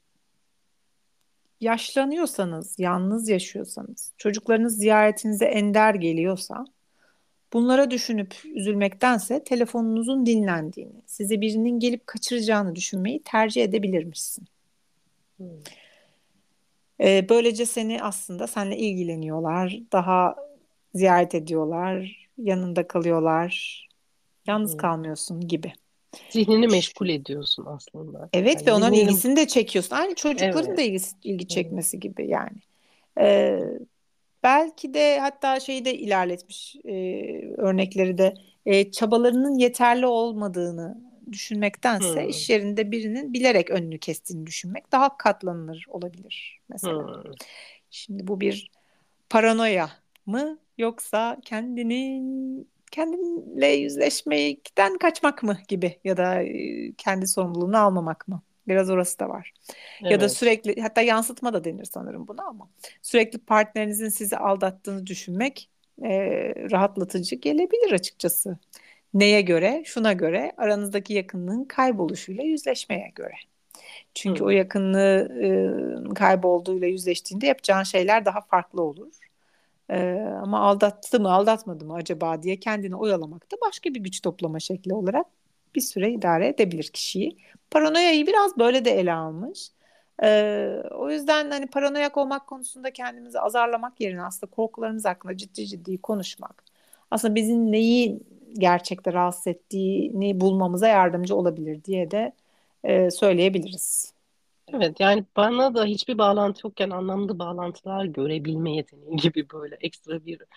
A: yaşlanıyorsanız, yalnız yaşıyorsanız, çocuklarınız ziyaretinize ender geliyorsa, bunlara düşünüp üzülmektense telefonunuzun dinlendiğini, sizi birinin gelip kaçıracağını düşünmeyi tercih edebilirmişsin.
B: Hı
A: Ee, böylece seni aslında seninle ilgileniyorlar, daha ziyaret ediyorlar, yanında kalıyorlar, yalnız
B: hı.
A: kalmıyorsun gibi.
B: Zihnini meşgul ediyorsun aslında.
A: Evet ve
B: Yani
A: onların
B: zihnini
A: ilgisini de çekiyorsun. Aynı çocukların da
B: evet.
A: ilgisi, ilgi
B: Evet.
A: çekmesi gibi yani. Ee, belki de hatta şeyi de ilerletmiş e, örnekleri de e, çabalarının yeterli olmadığını düşünmektense
B: Hı
A: iş yerinde birinin bilerek önünü kestiğini düşünmek daha katlanılır olabilir mesela.
B: hı.
A: Şimdi bu bir paranoya mı yoksa kendinin kendinle yüzleşmekten kaçmak mı gibi ya da e, kendi sorumluluğunu almamak mı? Biraz orası da var. Ya da
B: Evet.
A: sürekli hatta yansıtma da denir sanırım buna ama sürekli partnerinizin sizi aldattığını düşünmek e, rahatlatıcı gelebilir açıkçası. Neye göre? Şuna göre aranızdaki yakınlığın kayboluşuyla yüzleşmeye göre. Çünkü o
B: Hı
A: yakınlığı e, kaybolduğuyla yüzleştiğinde yapacağın şeyler daha farklı olur. E, ama aldattı mı aldatmadı mı acaba diye kendini oyalamak da başka bir güç toplama şekli olarak bir süre idare edebilir kişiyi. Paranoyayı biraz böyle de ele almış. E, o yüzden hani paranoyak olmak konusunda kendimizi azarlamak yerine aslında korkularımız hakkında ciddi ciddi konuşmak. Aslında bizim neyi gerçekte rahatsız ettiğini bulmamıza yardımcı olabilir diye de e, söyleyebiliriz.
B: Evet yani bana da hiçbir bağlantı yokken anlamlı bağlantılar görebilme yeteneği gibi böyle ekstra bir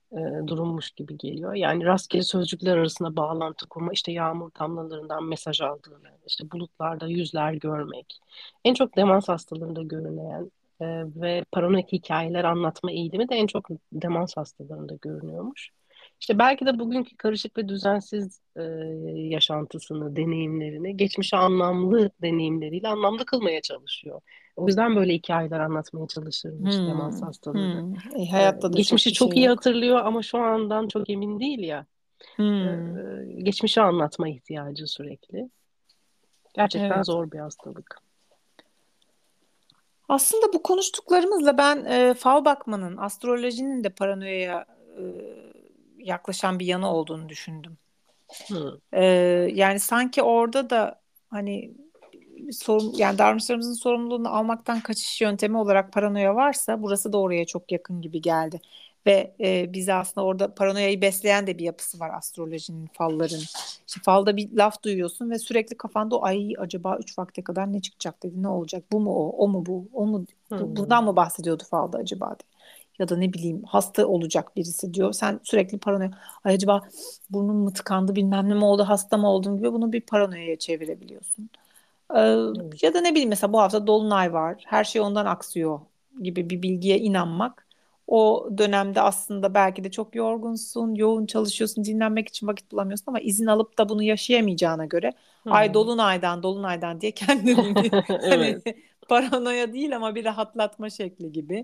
B: e, durummuş gibi geliyor. Yani rastgele sözcükler arasında bağlantı kurma, işte yağmur damlalarından mesaj aldığını, işte bulutlarda yüzler görmek. En çok demans hastalarında görünen e, ve paranoyak hikayeler anlatma eğilimi de en çok demans hastalarında görünüyormuş. İşte belki de bugünkü karışık ve düzensiz e, yaşantısını, deneyimlerini geçmişe anlamlı deneyimleriyle anlamlı kılmaya çalışıyor. O yüzden böyle hikayeler anlatmaya çalışırmış demans
A: Hmm,
B: hastaları.
A: hmm. E,
B: Ee,
A: hayatta da çok
B: geçmişi
A: bir şey
B: çok iyi
A: yok.
B: hatırlıyor ama şu andan çok emin değil ya. Ee,
A: Hmm,
B: geçmişi anlatma ihtiyacı sürekli. Gerçekten
A: evet.
B: zor bir hastalık.
A: Aslında bu konuştuklarımızla ben e, fal bakmanın, astrolojinin de paranoya e, yaklaşan bir yanı olduğunu düşündüm.
B: Hı,
A: E, Yani sanki orada da hani sorun, yani davranışlarımızın sorumluluğunu almaktan kaçış yöntemi olarak paranoya varsa burası da oraya çok yakın gibi geldi. Ve e, bizi aslında orada paranoyayı besleyen de bir yapısı var astrolojinin, falların. İşte falda bir laf duyuyorsun ve sürekli kafanda o ay acaba üç vakte kadar ne çıkacak dedi. Ne olacak? Bu mu o? O mu bu? O mu? Bu-
B: hı,
A: bundan mı bahsediyordu falda acaba diye. Ya da ne bileyim hasta olacak birisi diyor. Sen sürekli paranoya. Ay acaba burnum mu tıkandı bilmem ne mi oldu hasta mı oldum gibi bunu bir paranoyaya çevirebiliyorsun. Ee,
B: evet.
A: Ya da ne bileyim mesela bu hafta dolunay var. Her şey ondan aksıyor gibi bir bilgiye inanmak. O dönemde aslında belki de çok yorgunsun, yoğun çalışıyorsun, dinlenmek için vakit bulamıyorsun ama izin alıp da bunu yaşayamayacağına göre ay
B: Hı.
A: dolunaydan dolunaydan diye kendini bir hani
B: Evet.
A: paranoya değil ama bir rahatlatma şekli gibi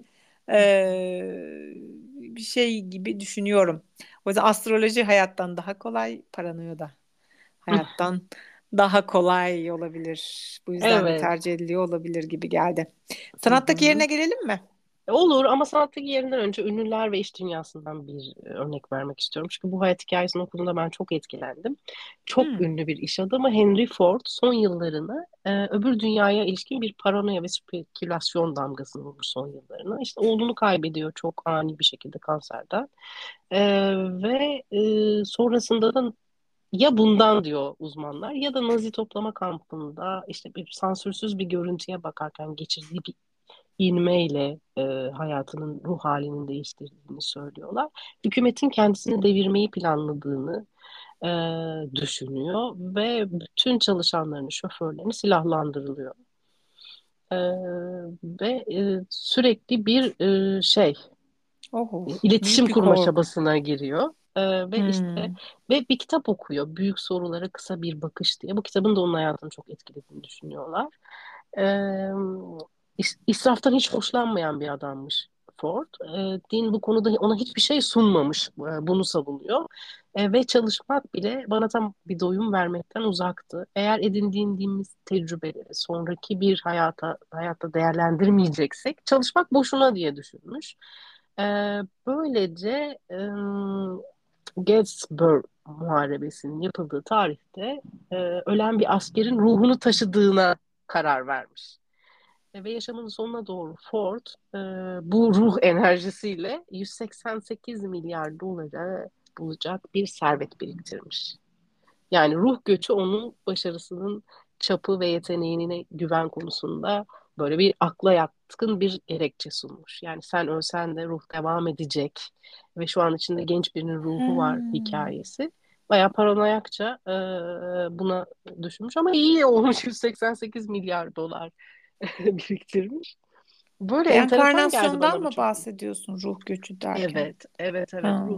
A: ee, bir şey gibi düşünüyorum. O yüzden astroloji hayattan daha kolay, paranoya da hayattan daha kolay olabilir. Bu yüzden de
B: Evet.
A: tercih ediliyor olabilir gibi geldi.
B: Hı
A: Sanattaki
B: hı.
A: yerine gelelim mi?
B: Olur ama sanattaki yerinden önce ünlüler ve iş dünyasından bir e, örnek vermek istiyorum. Çünkü bu hayat hikayesini okuduğumda ben çok etkilendim. Çok
A: Hmm.
B: ünlü bir iş adamı Henry Ford son yıllarını e, öbür dünyaya ilişkin bir paranoya ve spekülasyon damgasını vurmuş son yıllarını. İşte oğlunu kaybediyor çok ani bir şekilde kanserden. E, ve e, sonrasında da ya bundan diyor uzmanlar ya da Nazi toplama kampında işte bir sansürsüz bir görüntüye bakarken geçirdiği bir inmeyle e, hayatının ruh halinin değiştirdiğini söylüyorlar. Hükümetin kendisini devirmeyi planladığını e, düşünüyor ve bütün çalışanlarını, şoförlerini silahlandırılıyor. E, ve e, sürekli bir e, şey
A: Oh, büyük
B: iletişim
A: bir
B: kurma
A: korku.
B: çabasına giriyor. Ee, ve işte
A: Hmm.
B: ve bir kitap okuyor. Büyük Sorulara Kısa Bir Bakış diye. Bu kitabın da onun hayatını çok etkilediğini düşünüyorlar. Ee, is- israftan hiç hoşlanmayan bir adammış Ford. Ee, din bu konuda ona hiçbir şey sunmamış. Ee, bunu savunuyor. Ee, ve çalışmak bile bana tam bir doyum vermekten uzaktı. Eğer edindiğimiz tecrübeleri sonraki bir hayata hayatta değerlendirmeyeceksek çalışmak boşuna diye düşünmüş. Ee, böylece ım, Gettysburg Muharebesi'nin yapıldığı tarihte e, ölen bir askerin ruhunu taşıdığına karar vermiş. E, Ve yaşamının sonuna doğru Ford e, bu ruh enerjisiyle yüz seksen sekiz milyar dolara bulacak bir servet biriktirmiş. Yani ruh göçü onun başarısının çapı ve yeteneğine güven konusunda böyle bir akla yatkın bir gerekçe sunmuş. Yani sen ölsen de ruh devam edecek ve şu an içinde genç birinin ruhu var
A: Hmm.
B: hikayesi. Bayağı paranoyakça e, buna düşünmüş ama iyi olmuş yüz seksen sekiz milyar dolar biriktirmiş. Böyle enteresan geldi
A: Reenkarnasyondan
B: bana bu
A: mı
B: çok.
A: bahsediyorsun ruh göçü derken?
B: Evet, evet, evet
A: Ha.
B: ruh.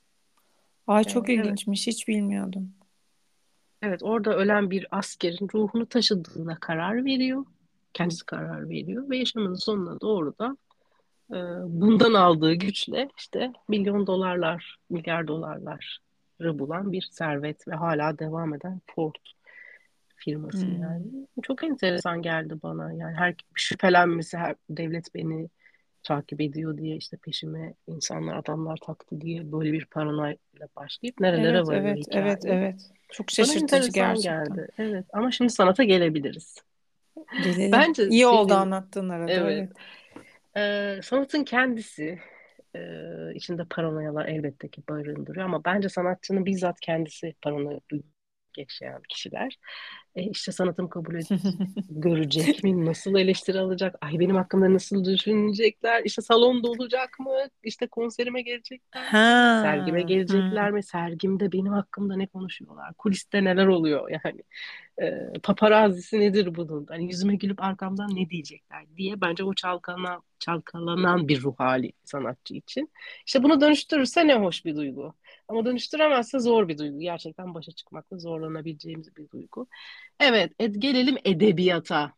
A: Ay
B: E,
A: çok
B: evet.
A: ilginçmiş, hiç bilmiyordum.
B: Evet, orada ölen bir askerin ruhunu taşıdığına karar veriyor. Kendisi karar veriyor ve yaşamının sonuna doğru da e, bundan aldığı güçle işte milyon dolarlar, milyar dolarları bulan bir servet ve hala devam eden Ford firması yani.
A: Hmm.
B: Çok enteresan geldi bana. Yani her şüphelenmesi, her, devlet beni takip ediyor diye işte peşime insanlar, adamlar taktı diye böyle bir paranoyla başlayıp nerelere
A: Evet,
B: varıyor
A: evet, evet,
B: hikaye.
A: evet. Çok
B: Bana
A: şaşırtıcı
B: enteresan
A: gerçekten.
B: geldi. Evet ama şimdi sanata gelebiliriz.
A: Gelelim.
B: Bence
A: İyi oldu
B: senin
A: anlattığın arada,
B: evet
A: evet.
B: e, sanatın kendisi e, içinde paranoyalar elbette ki barındırıyor ama bence sanatçının bizzat kendisi paranoya duyuyor olarak yaşayan kişiler. E, işte sanatım kabul et, görecek mi? Nasıl eleştiri alacak? Ay benim hakkımda nasıl düşünecekler? İşte salonda olacak mı? İşte konserime gelecekler mi? Sergime
A: Ha. Hmm.
B: gelecekler mi? Sergimde benim hakkımda ne konuşuyorlar? Kuliste neler oluyor yani? E, paparazzisi nedir bunun? Hani yüzüme gülüp arkamdan ne diyecekler diye bence o çalkalanan, çalkalanan bir ruh hali sanatçı için. İşte bunu dönüştürürse ne hoş bir duygu. Ama dönüştüremezse zor bir duygu. Gerçekten başa çıkmakta zorlanabileceğimiz bir duygu. Evet, ed gelelim edebiyata.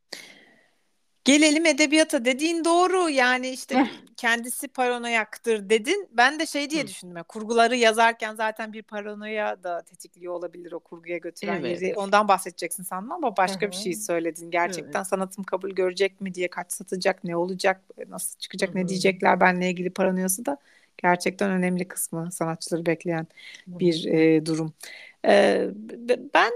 A: Gelelim edebiyata dediğin doğru yani işte kendisi paranoyaktır dedin. Ben de şey diye
B: Hı,
A: düşündüm. Ya, kurguları yazarken zaten bir paranoya da tetikliyor olabilir o kurguya götüren yeri.
B: evet.
A: Ondan bahsedeceksin sandım ama
B: Hı
A: başka bir
B: hı,
A: şey söyledin.
B: evet.
A: Gerçekten sanatım kabul görecek mi diye kaç satacak, ne olacak, nasıl
B: Hı
A: çıkacak, ne
B: hı,
A: diyecekler benle ilgili paranoyası da gerçekten önemli kısmı sanatçıları bekleyen
B: hı
A: bir
B: hı,
A: e, durum. E, ben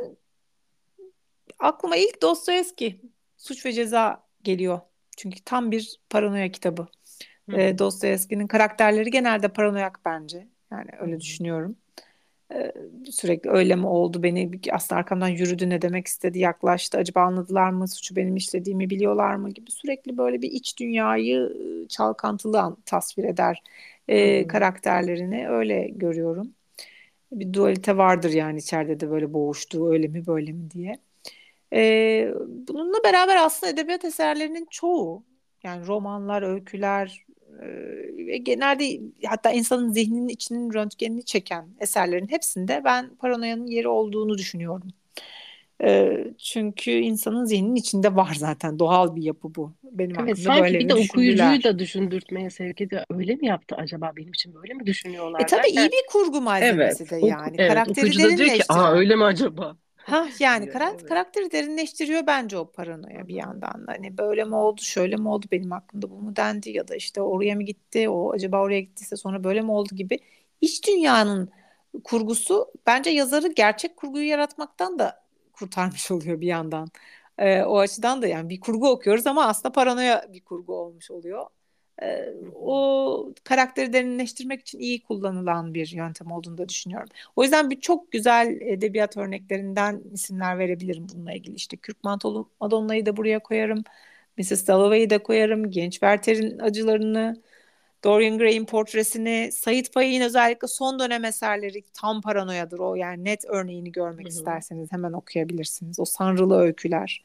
A: aklıma ilk Dostoyevski Suç ve Ceza geliyor. Çünkü tam bir paranoya kitabı.
B: hı
A: E,
B: hı,
A: Dostoyevski'nin karakterleri genelde paranoyak bence. Yani
B: hı
A: öyle
B: hı,
A: düşünüyorum. E, Sürekli öyle mi oldu beni aslında arkamdan yürüdü ne demek istedi yaklaştı acaba anladılar mı suçu benim işlediğimi biliyorlar mı gibi sürekli böyle bir iç dünyayı e, çalkantılı an- tasvir eder
B: hı
A: e,
B: hı.
A: karakterlerini öyle görüyorum. Bir dualite vardır yani içeride de böyle boğuştuğu öyle mi böyle mi diye. Ee, Bununla beraber aslında edebiyat eserlerinin çoğu yani romanlar, öyküler e, ve genelde hatta insanın zihninin içinin röntgenini çeken eserlerin hepsinde ben paranoyanın yeri olduğunu düşünüyorum. Ee, çünkü insanın zihninin içinde var zaten doğal bir yapı bu. Benim
B: Evet,
A: hakkımda
B: sanki
A: böyle
B: bir
A: mi
B: de okuyucuyu
A: düşündüler?
B: da düşündürtmeye sevk ediyor. Öyle mi yaptı acaba benim için böyle mi
A: E
B: düşünüyorlar
A: tabii iyi
B: derken
A: bir kurgu malzemesi
B: evet,
A: de
B: oku,
A: yani
B: evet
A: karakteri
B: okuyucu da diyor ki aa
A: derinleştiren.
B: öyle mi acaba
A: Ha yani
B: diyor.
A: karakter,
B: Evet.
A: karakteri derinleştiriyor bence o
B: Hı
A: paranoya bir
B: hı,
A: yandan da. Hani böyle mi oldu, şöyle mi oldu, benim hakkımda bu mu dendi ya da işte oraya mı gitti, o acaba oraya gittiyse sonra böyle mi oldu gibi. İç dünyanın kurgusu bence yazarı gerçek kurguyu yaratmaktan da kurtarmış oluyor bir yandan. Ee, o açıdan da yani bir kurgu okuyoruz ama aslında paranoya bir kurgu olmuş oluyor. Ee,
B: hı hı.
A: o karakteri derinleştirmek için iyi kullanılan bir yöntem olduğunu da düşünüyorum. O yüzden bir çok güzel edebiyat örneklerinden isimler verebilirim bununla ilgili. İşte Kürk Mantolu Madonna'yı da buraya koyarım. missis Dalloway'i de koyarım. Genç Werther'in acılarını, Dorian Gray'in portresini, Sait Faik'in özellikle son dönem eserleri tam paranoyadır o. Yani net örneğini
B: Hı
A: görmek
B: hı.
A: isterseniz hemen okuyabilirsiniz. O sanrılı öyküler.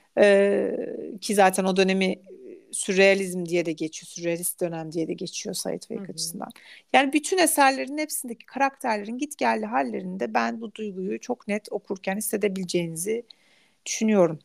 A: Ee, ki zaten o dönemi sürrealizm diye de geçiyor. Sürrealist dönem diye de geçiyor Sait
B: Hı
A: Faik
B: hı.
A: açısından. Yani bütün eserlerin hepsindeki karakterlerin gitgelli hallerinde ben bu duyguyu çok net okurken hissedebileceğinizi düşünüyorum.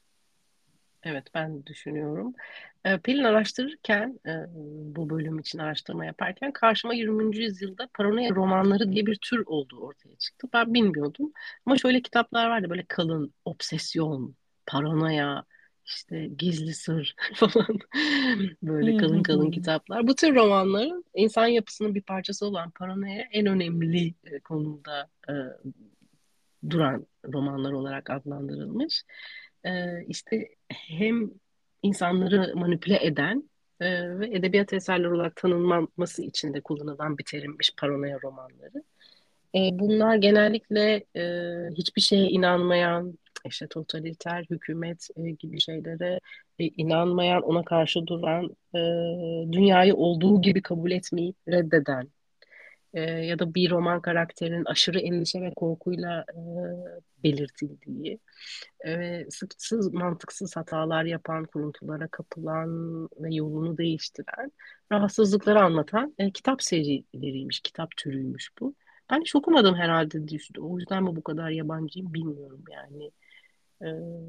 B: Evet, ben düşünüyorum. E, Pelin araştırırken, e, bu bölüm için araştırma yaparken karşıma yirminci yüzyılda paranoya romanları diye bir tür olduğu ortaya çıktı. Ben bilmiyordum. Ama şöyle kitaplar vardı böyle kalın, obsesyon, paranoya, işte gizli sır falan böyle
A: Hı hı
B: kalın kalın
A: hı.
B: kitaplar. Bu tür romanların insan yapısının bir parçası olan paranoya en önemli e, konumda e, duran romanlar olarak adlandırılmış. Ee, işte hem insanları manipüle eden e, ve edebiyat eserleri olarak tanınması için de kullanılan bir terimmiş paranoya romanları. E, bunlar genellikle e, hiçbir şeye inanmayan, işte totaliter hükümet e, gibi şeylere e, inanmayan, ona karşı duran, e, dünyayı olduğu gibi kabul etmeyip reddeden e, ya da bir roman karakterinin aşırı endişe ve korkuyla e, belirtildiği e, ve sıksız mantıksız hatalar yapan, kuruntulara kapılan ve yolunu değiştiren, rahatsızlıkları anlatan e, kitap serileriymiş, kitap türüymüş bu. Ben hiç okumadım herhalde düştü. O yüzden mi bu kadar yabancıyım bilmiyorum yani. E,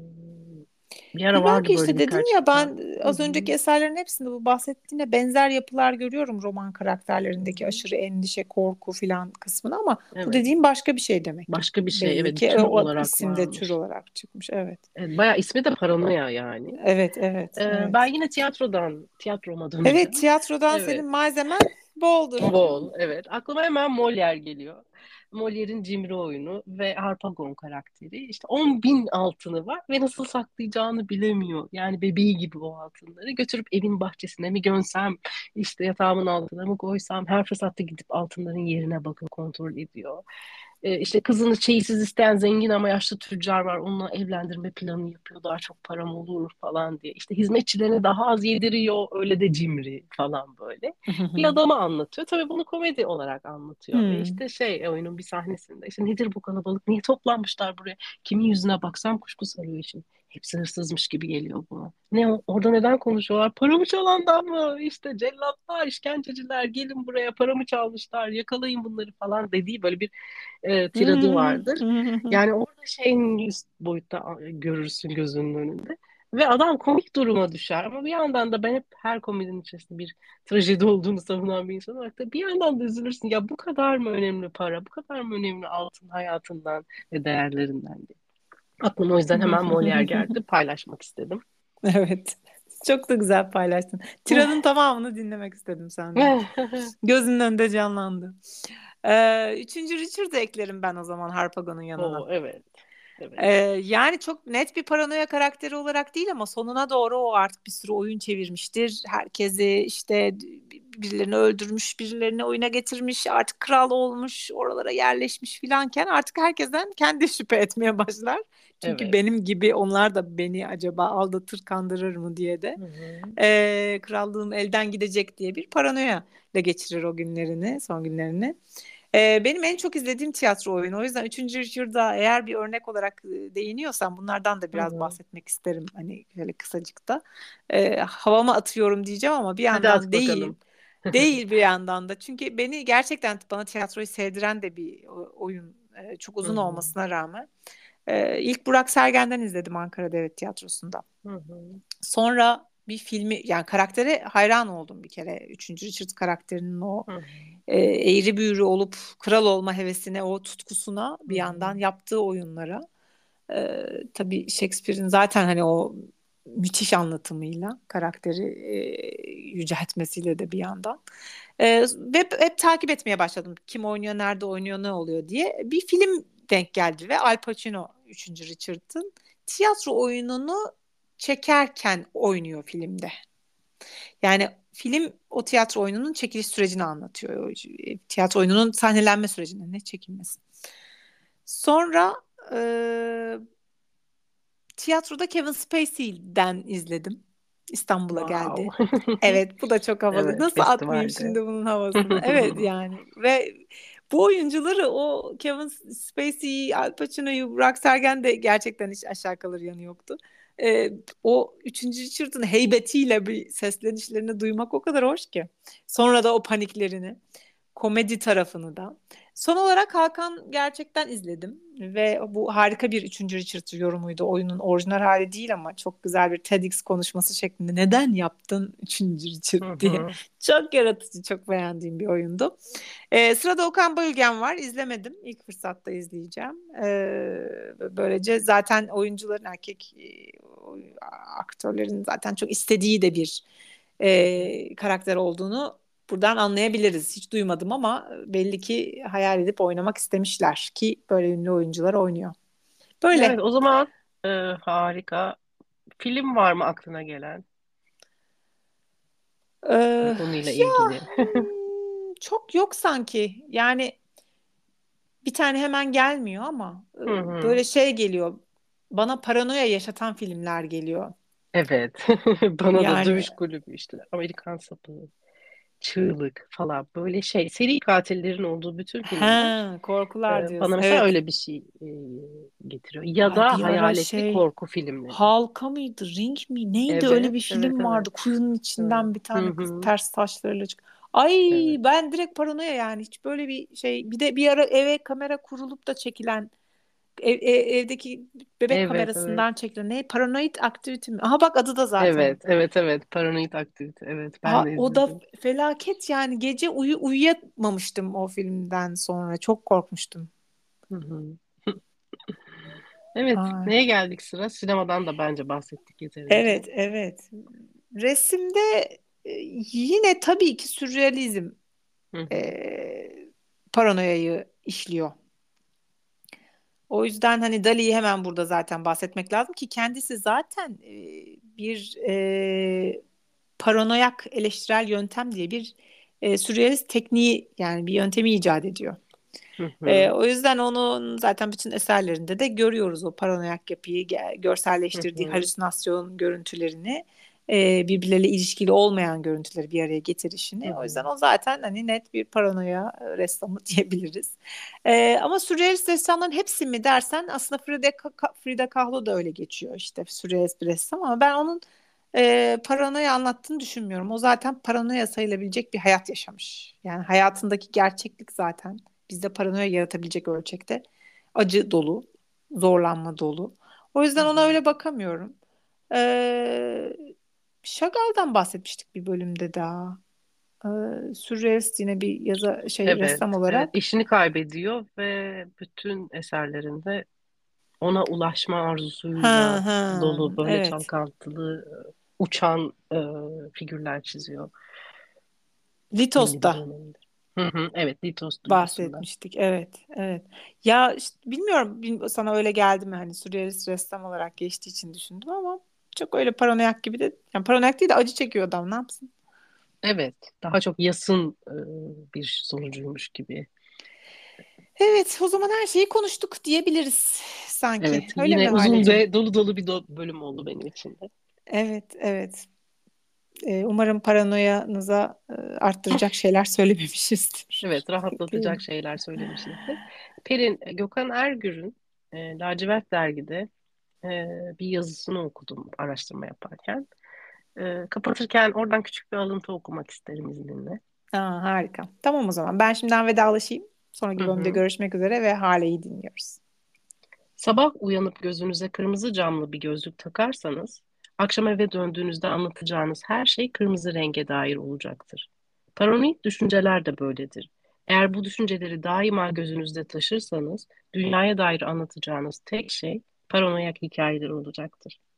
B: Bir ara
A: Ya belki
B: vardı
A: işte
B: böyle
A: dedim
B: birkaç
A: ya
B: kitap.
A: ben
B: Hı
A: az
B: hı,
A: önceki eserlerin hepsinde bu bahsettiğine benzer yapılar görüyorum roman
B: hı
A: karakterlerindeki
B: hı.
A: aşırı endişe, korku filan kısmını ama bu
B: Evet.
A: dediğim başka bir şey demek ki.
B: Başka bir şey.
A: Belli
B: Evet,
A: ki
B: tür
A: o
B: olarak
A: isimde tür
B: varmış.
A: olarak çıkmış. Evet.
B: Evet, bayağı ismi de paranoya yani.
A: Evet, evet,
B: Ee, ben
A: evet.
B: yine tiyatrodan, tiyatroma
A: Evet,
B: döneceğim.
A: tiyatrodan senin
B: Evet,
A: malzemen boldur.
B: Bol, evet. Aklıma hemen Molière geliyor. Molière'in Cimri oyunu ve Harpagon karakteri. İşte on bin altını var ve nasıl saklayacağını bilemiyor. Yani bebeği gibi o altınları. Götürüp evin bahçesine mi gömsem, işte yatağımın altına mı koysam, her fırsatta gidip altınların yerine bakıp kontrol ediyor. E, işte kızını çeyizsiz isteyen zengin ama yaşlı tüccar var. Onunla evlendirme planı yapıyor. Daha çok param olur falan diye. İşte hizmetçilerine daha az yediriyor. Öyle de cimri falan böyle. Bir adamı anlatıyor. Tabii bunu komedi olarak anlatıyor. Ve
A: Hmm.
B: işte şey, oyunun bir sahnesinde işte nedir bu kalabalık? Niye toplanmışlar buraya? Kimin yüzüne baksam kuşku sarıyor işin. Hepsi hırsızmış gibi geliyor buna. Ne o? Orada neden konuşuyorlar? Paramı çalandan mı? İşte cellatlar, işkenceciler gelin buraya, paramı çalmışlar, yakalayın bunları falan dediği böyle bir e, tiradı vardır. Yani orada şeyin üst boyutta görürsün gözünün önünde. Ve adam komik duruma düşer. Ama bir yandan da ben hep her komedinin içerisinde bir trajedi olduğunu savunan bir insan olarak da bir yandan da üzülürsün. Ya bu kadar mı önemli para? Bu kadar mı önemli altın hayatından ve değerlerinden diye. Aklıma o yüzden hemen Molière geldi. Paylaşmak istedim.
A: Evet. Çok da güzel paylaştın. Tiranın tamamını dinlemek istedim senden. Gözünün önünde canlandı. Ee, üçüncü Richard'ı eklerim ben o zaman Harpagon'un yanına.
B: O evet.
A: Ee,
B: Evet.
A: yani çok net bir paranoya karakteri olarak değil ama sonuna doğru o artık bir sürü oyun çevirmiştir. Herkesi işte birilerini öldürmüş, birilerini oyuna getirmiş, artık kral olmuş, oralara yerleşmiş filanken artık herkesten kendi şüphe etmeye başlar. Çünkü
B: Evet.
A: benim gibi onlar da beni acaba aldatır, kandırır mı diye de
B: Hı hı.
A: ee, krallığım elden gidecek diye bir paranoya ile geçirir o günlerini, son günlerini. Ee, benim en çok izlediğim tiyatro oyunu. O yüzden üçüncü Richard'a eğer bir örnek olarak e, değiniyorsam bunlardan da
B: Hı
A: biraz
B: hı.
A: bahsetmek isterim. Hani şöyle kısacık da. Ee, havama atıyorum diyeceğim ama bir
B: Hadi at
A: yandan değil.
B: bakalım.
A: Değil bir yandan da. Çünkü beni gerçekten bana tiyatroyu sevdiren de bir o- oyun. Ee, çok
B: Hı
A: uzun
B: hı.
A: olmasına rağmen. Ee, ilk Burak Sergen'den izledim Ankara Devlet Tiyatrosu'nda.
B: Hı hı.
A: Sonra bir filmi yani karaktere hayran oldum bir kere. Üçüncü Richard karakterinin o
B: Hı
A: e, eğri büğrü olup kral olma hevesine, o tutkusuna bir yandan
B: hı.
A: yaptığı oyunlara. E, tabii Shakespeare'in zaten hani o müthiş anlatımıyla karakteri e, yüceltmesiyle de bir yandan. E, ve hep, hep takip etmeye başladım. Kim oynuyor, nerede oynuyor, ne oluyor diye. Bir film denk geldi ve Al Pacino üçüncü Richard'ın tiyatro oyununu çekerken oynuyor filmde. Yani film o tiyatro oyununun çekiliş sürecini anlatıyor. O, e, tiyatro oyununun sahnelenme sürecini, ne çekilmesi. Sonra e, tiyatroda Kevin Spacey'den izledim. İstanbul'a
B: Wow.
A: geldi. Evet, bu da çok havalı.
B: Evet,
A: Nasıl atmayayım
B: festivalde.
A: şimdi bunun havasını? Evet yani ve bu oyuncuları o Kevin Spacey, Al Pacino'yu, Burak Sergen de gerçekten hiç aşağı kalır yanı yoktu. Ee, o üçüncü Richard'ın heybetiyle bir seslenişlerini duymak o kadar hoş ki. Sonra da o paniklerini, komedi tarafını da. Son olarak Hakan gerçekten izledim ve bu harika bir üçüncü Richard yorumuydu. Oyunun orijinal hali değil ama çok güzel bir TEDx konuşması şeklinde. Neden yaptın üçüncü Richard
B: Hı
A: diye.
B: hı.
A: Çok yaratıcı, çok beğendiğim bir oyundu. Ee, sırada Okan Bayülgen var. İzlemedim. İlk fırsatta izleyeceğim. Ee, böylece zaten oyuncuların erkek e, aktörlerin zaten çok istediği de bir
B: Hı hı.
A: e, karakter olduğunu buradan anlayabiliriz. Hiç duymadım ama belli ki hayal edip oynamak istemişler ki böyle ünlü oyuncular oynuyor.
B: Evet,
A: Böyle.
B: o zaman e, harika. Film var mı aklına gelen bu
A: Ee,
B: konuyla
A: ya
B: ilgili?
A: hmm, çok yok sanki. Yani bir tane hemen gelmiyor ama e,
B: Hı hı.
A: böyle şey geliyor. Bana paranoya yaşatan filmler geliyor.
B: Evet. Bana da
A: Yani
B: Dövüş Kulübü işte Amerikan Sapı, Çığlık falan böyle şey seri katillerin olduğu bütün filmler
A: he, korkular
B: e, bana
A: diyorsun.
B: mesela
A: Evet.
B: öyle bir şey e, getiriyor. Ya
A: Ay
B: da
A: bir ara
B: hayaletli
A: şey
B: korku filmleri.
A: Halka mıydı? Ring mi? Neydi öyle
B: Evet,
A: bir
B: evet,
A: film vardı.
B: evet.
A: Kuyunun
B: Evet.
A: içinden bir
B: Hı
A: tane kız
B: hı.
A: ters saçlarıyla çık. Ay
B: Evet.
A: ben direkt paranoya yani. Hiç böyle bir şey. Bir de bir ara eve kamera kurulup da çekilen ev- ev- evdeki bebek
B: Evet, evet.
A: kamerasından çekilen ne? Paranoid Activity mi? Aha bak adı da zaten o.
B: Evet, evet, evet. Paranoid aktivite. Evet, ben
A: Aha,
B: de
A: o da
B: izledim.
A: felaket yani. Gece uyu uyuyamamıştım o filmden sonra. Çok korkmuştum.
B: Hı hı. Evet,
A: Ay.
B: neye geldik sıra? Sinemadan da bence bahsettik yeterince.
A: Evet, evet. Resimde e, yine tabii ki sürrealizm
B: Hı hı.
A: e, paranoyayı işliyor. O yüzden hani Dali'yi hemen burada zaten bahsetmek lazım ki kendisi zaten e, bir e, paranoyak eleştirel yöntem diye bir e, sürrealist tekniği yani bir yöntemi icat ediyor.
B: Hı
A: Ee,
B: hı.
A: o yüzden onun zaten bütün eserlerinde de görüyoruz o paranoyak yapıyı, ge-
B: Hı
A: görselleştirdiği
B: hı.
A: halüsinasyon görüntülerini, e, birbirleriyle ilişkili olmayan görüntüleri bir araya
B: Hı
A: getirişini. O yüzden
B: hı.
A: o zaten hani net bir paranoya e, ressamı diyebiliriz. Ee, ama sürrealist ressamların hepsi mi dersen, aslında Frida, Ka- Frida Kahlo da öyle geçiyor, işte sürrealist bir ressam, ama ben onun e, paranoya anlattığını düşünmüyorum. O zaten paranoya sayılabilecek bir hayat yaşamış. Yani hayatındaki gerçeklik zaten bizde paranoya yaratabilecek ölçekte acı dolu, zorlanma dolu. O
B: Hı
A: yüzden ona
B: hı.
A: öyle bakamıyorum. Ee, Chagall'dan bahsetmiştik bir bölümde daha. Ee, sürrealist yine bir yaza şey
B: Evet,
A: ressam
B: evet.
A: olarak.
B: İşini kaybediyor ve bütün eserlerinde ona ulaşma
A: Ha
B: arzusuyla
A: ha,
B: dolu böyle
A: evet.
B: çalkantılı, e, uçan e, figürler çiziyor. Belli bir
A: Litos'ta
B: dönemde. Hı hı, evet, Litos duygusunda.
A: bahsetmiştik. Evet, evet. Ya işte bilmiyorum, bil- sana öyle geldi mi, hani sürrealist ressam olarak geçtiği için düşündüm ama çok öyle paranoyak gibi de, yani paranoyak değil de acı çekiyor adam, ne yapsın?
B: Evet, daha çok yasın e, bir sonucuymuş gibi.
A: Evet, o zaman her şeyi konuştuk diyebiliriz sanki.
B: Evet,
A: Öyle mi
B: yine uzun
A: Halecim?
B: ve dolu dolu bir do- bölüm oldu benim için de.
A: Evet, evet. Ee, umarım paranoyanıza e, arttıracak şeyler söylememişizdir.
B: Evet, rahatlatacak
A: Diyelim.
B: şeyler söylemişizdir. Pelin, Gökhan Ergür'ün e, Lacivert Dergi'de e, bir yazısını okudum araştırma yaparken. E, kapatırken oradan küçük bir alıntı okumak isterim izninle.
A: Aa, harika. Tamam o zaman. Ben şimdiden vedalaşayım.
B: Hı
A: Sonraki bölümde
B: hı.
A: görüşmek üzere ve Hale'yi dinliyoruz.
B: Sabah uyanıp gözünüze kırmızı camlı bir gözlük takarsanız, akşam eve döndüğünüzde anlatacağınız her şey kırmızı renge dair olacaktır. Paranoid düşünceler de böyledir. Eğer bu düşünceleri daima gözünüzde taşırsanız, dünyaya dair anlatacağınız tek şey paranoyak hikayeler olacaktır.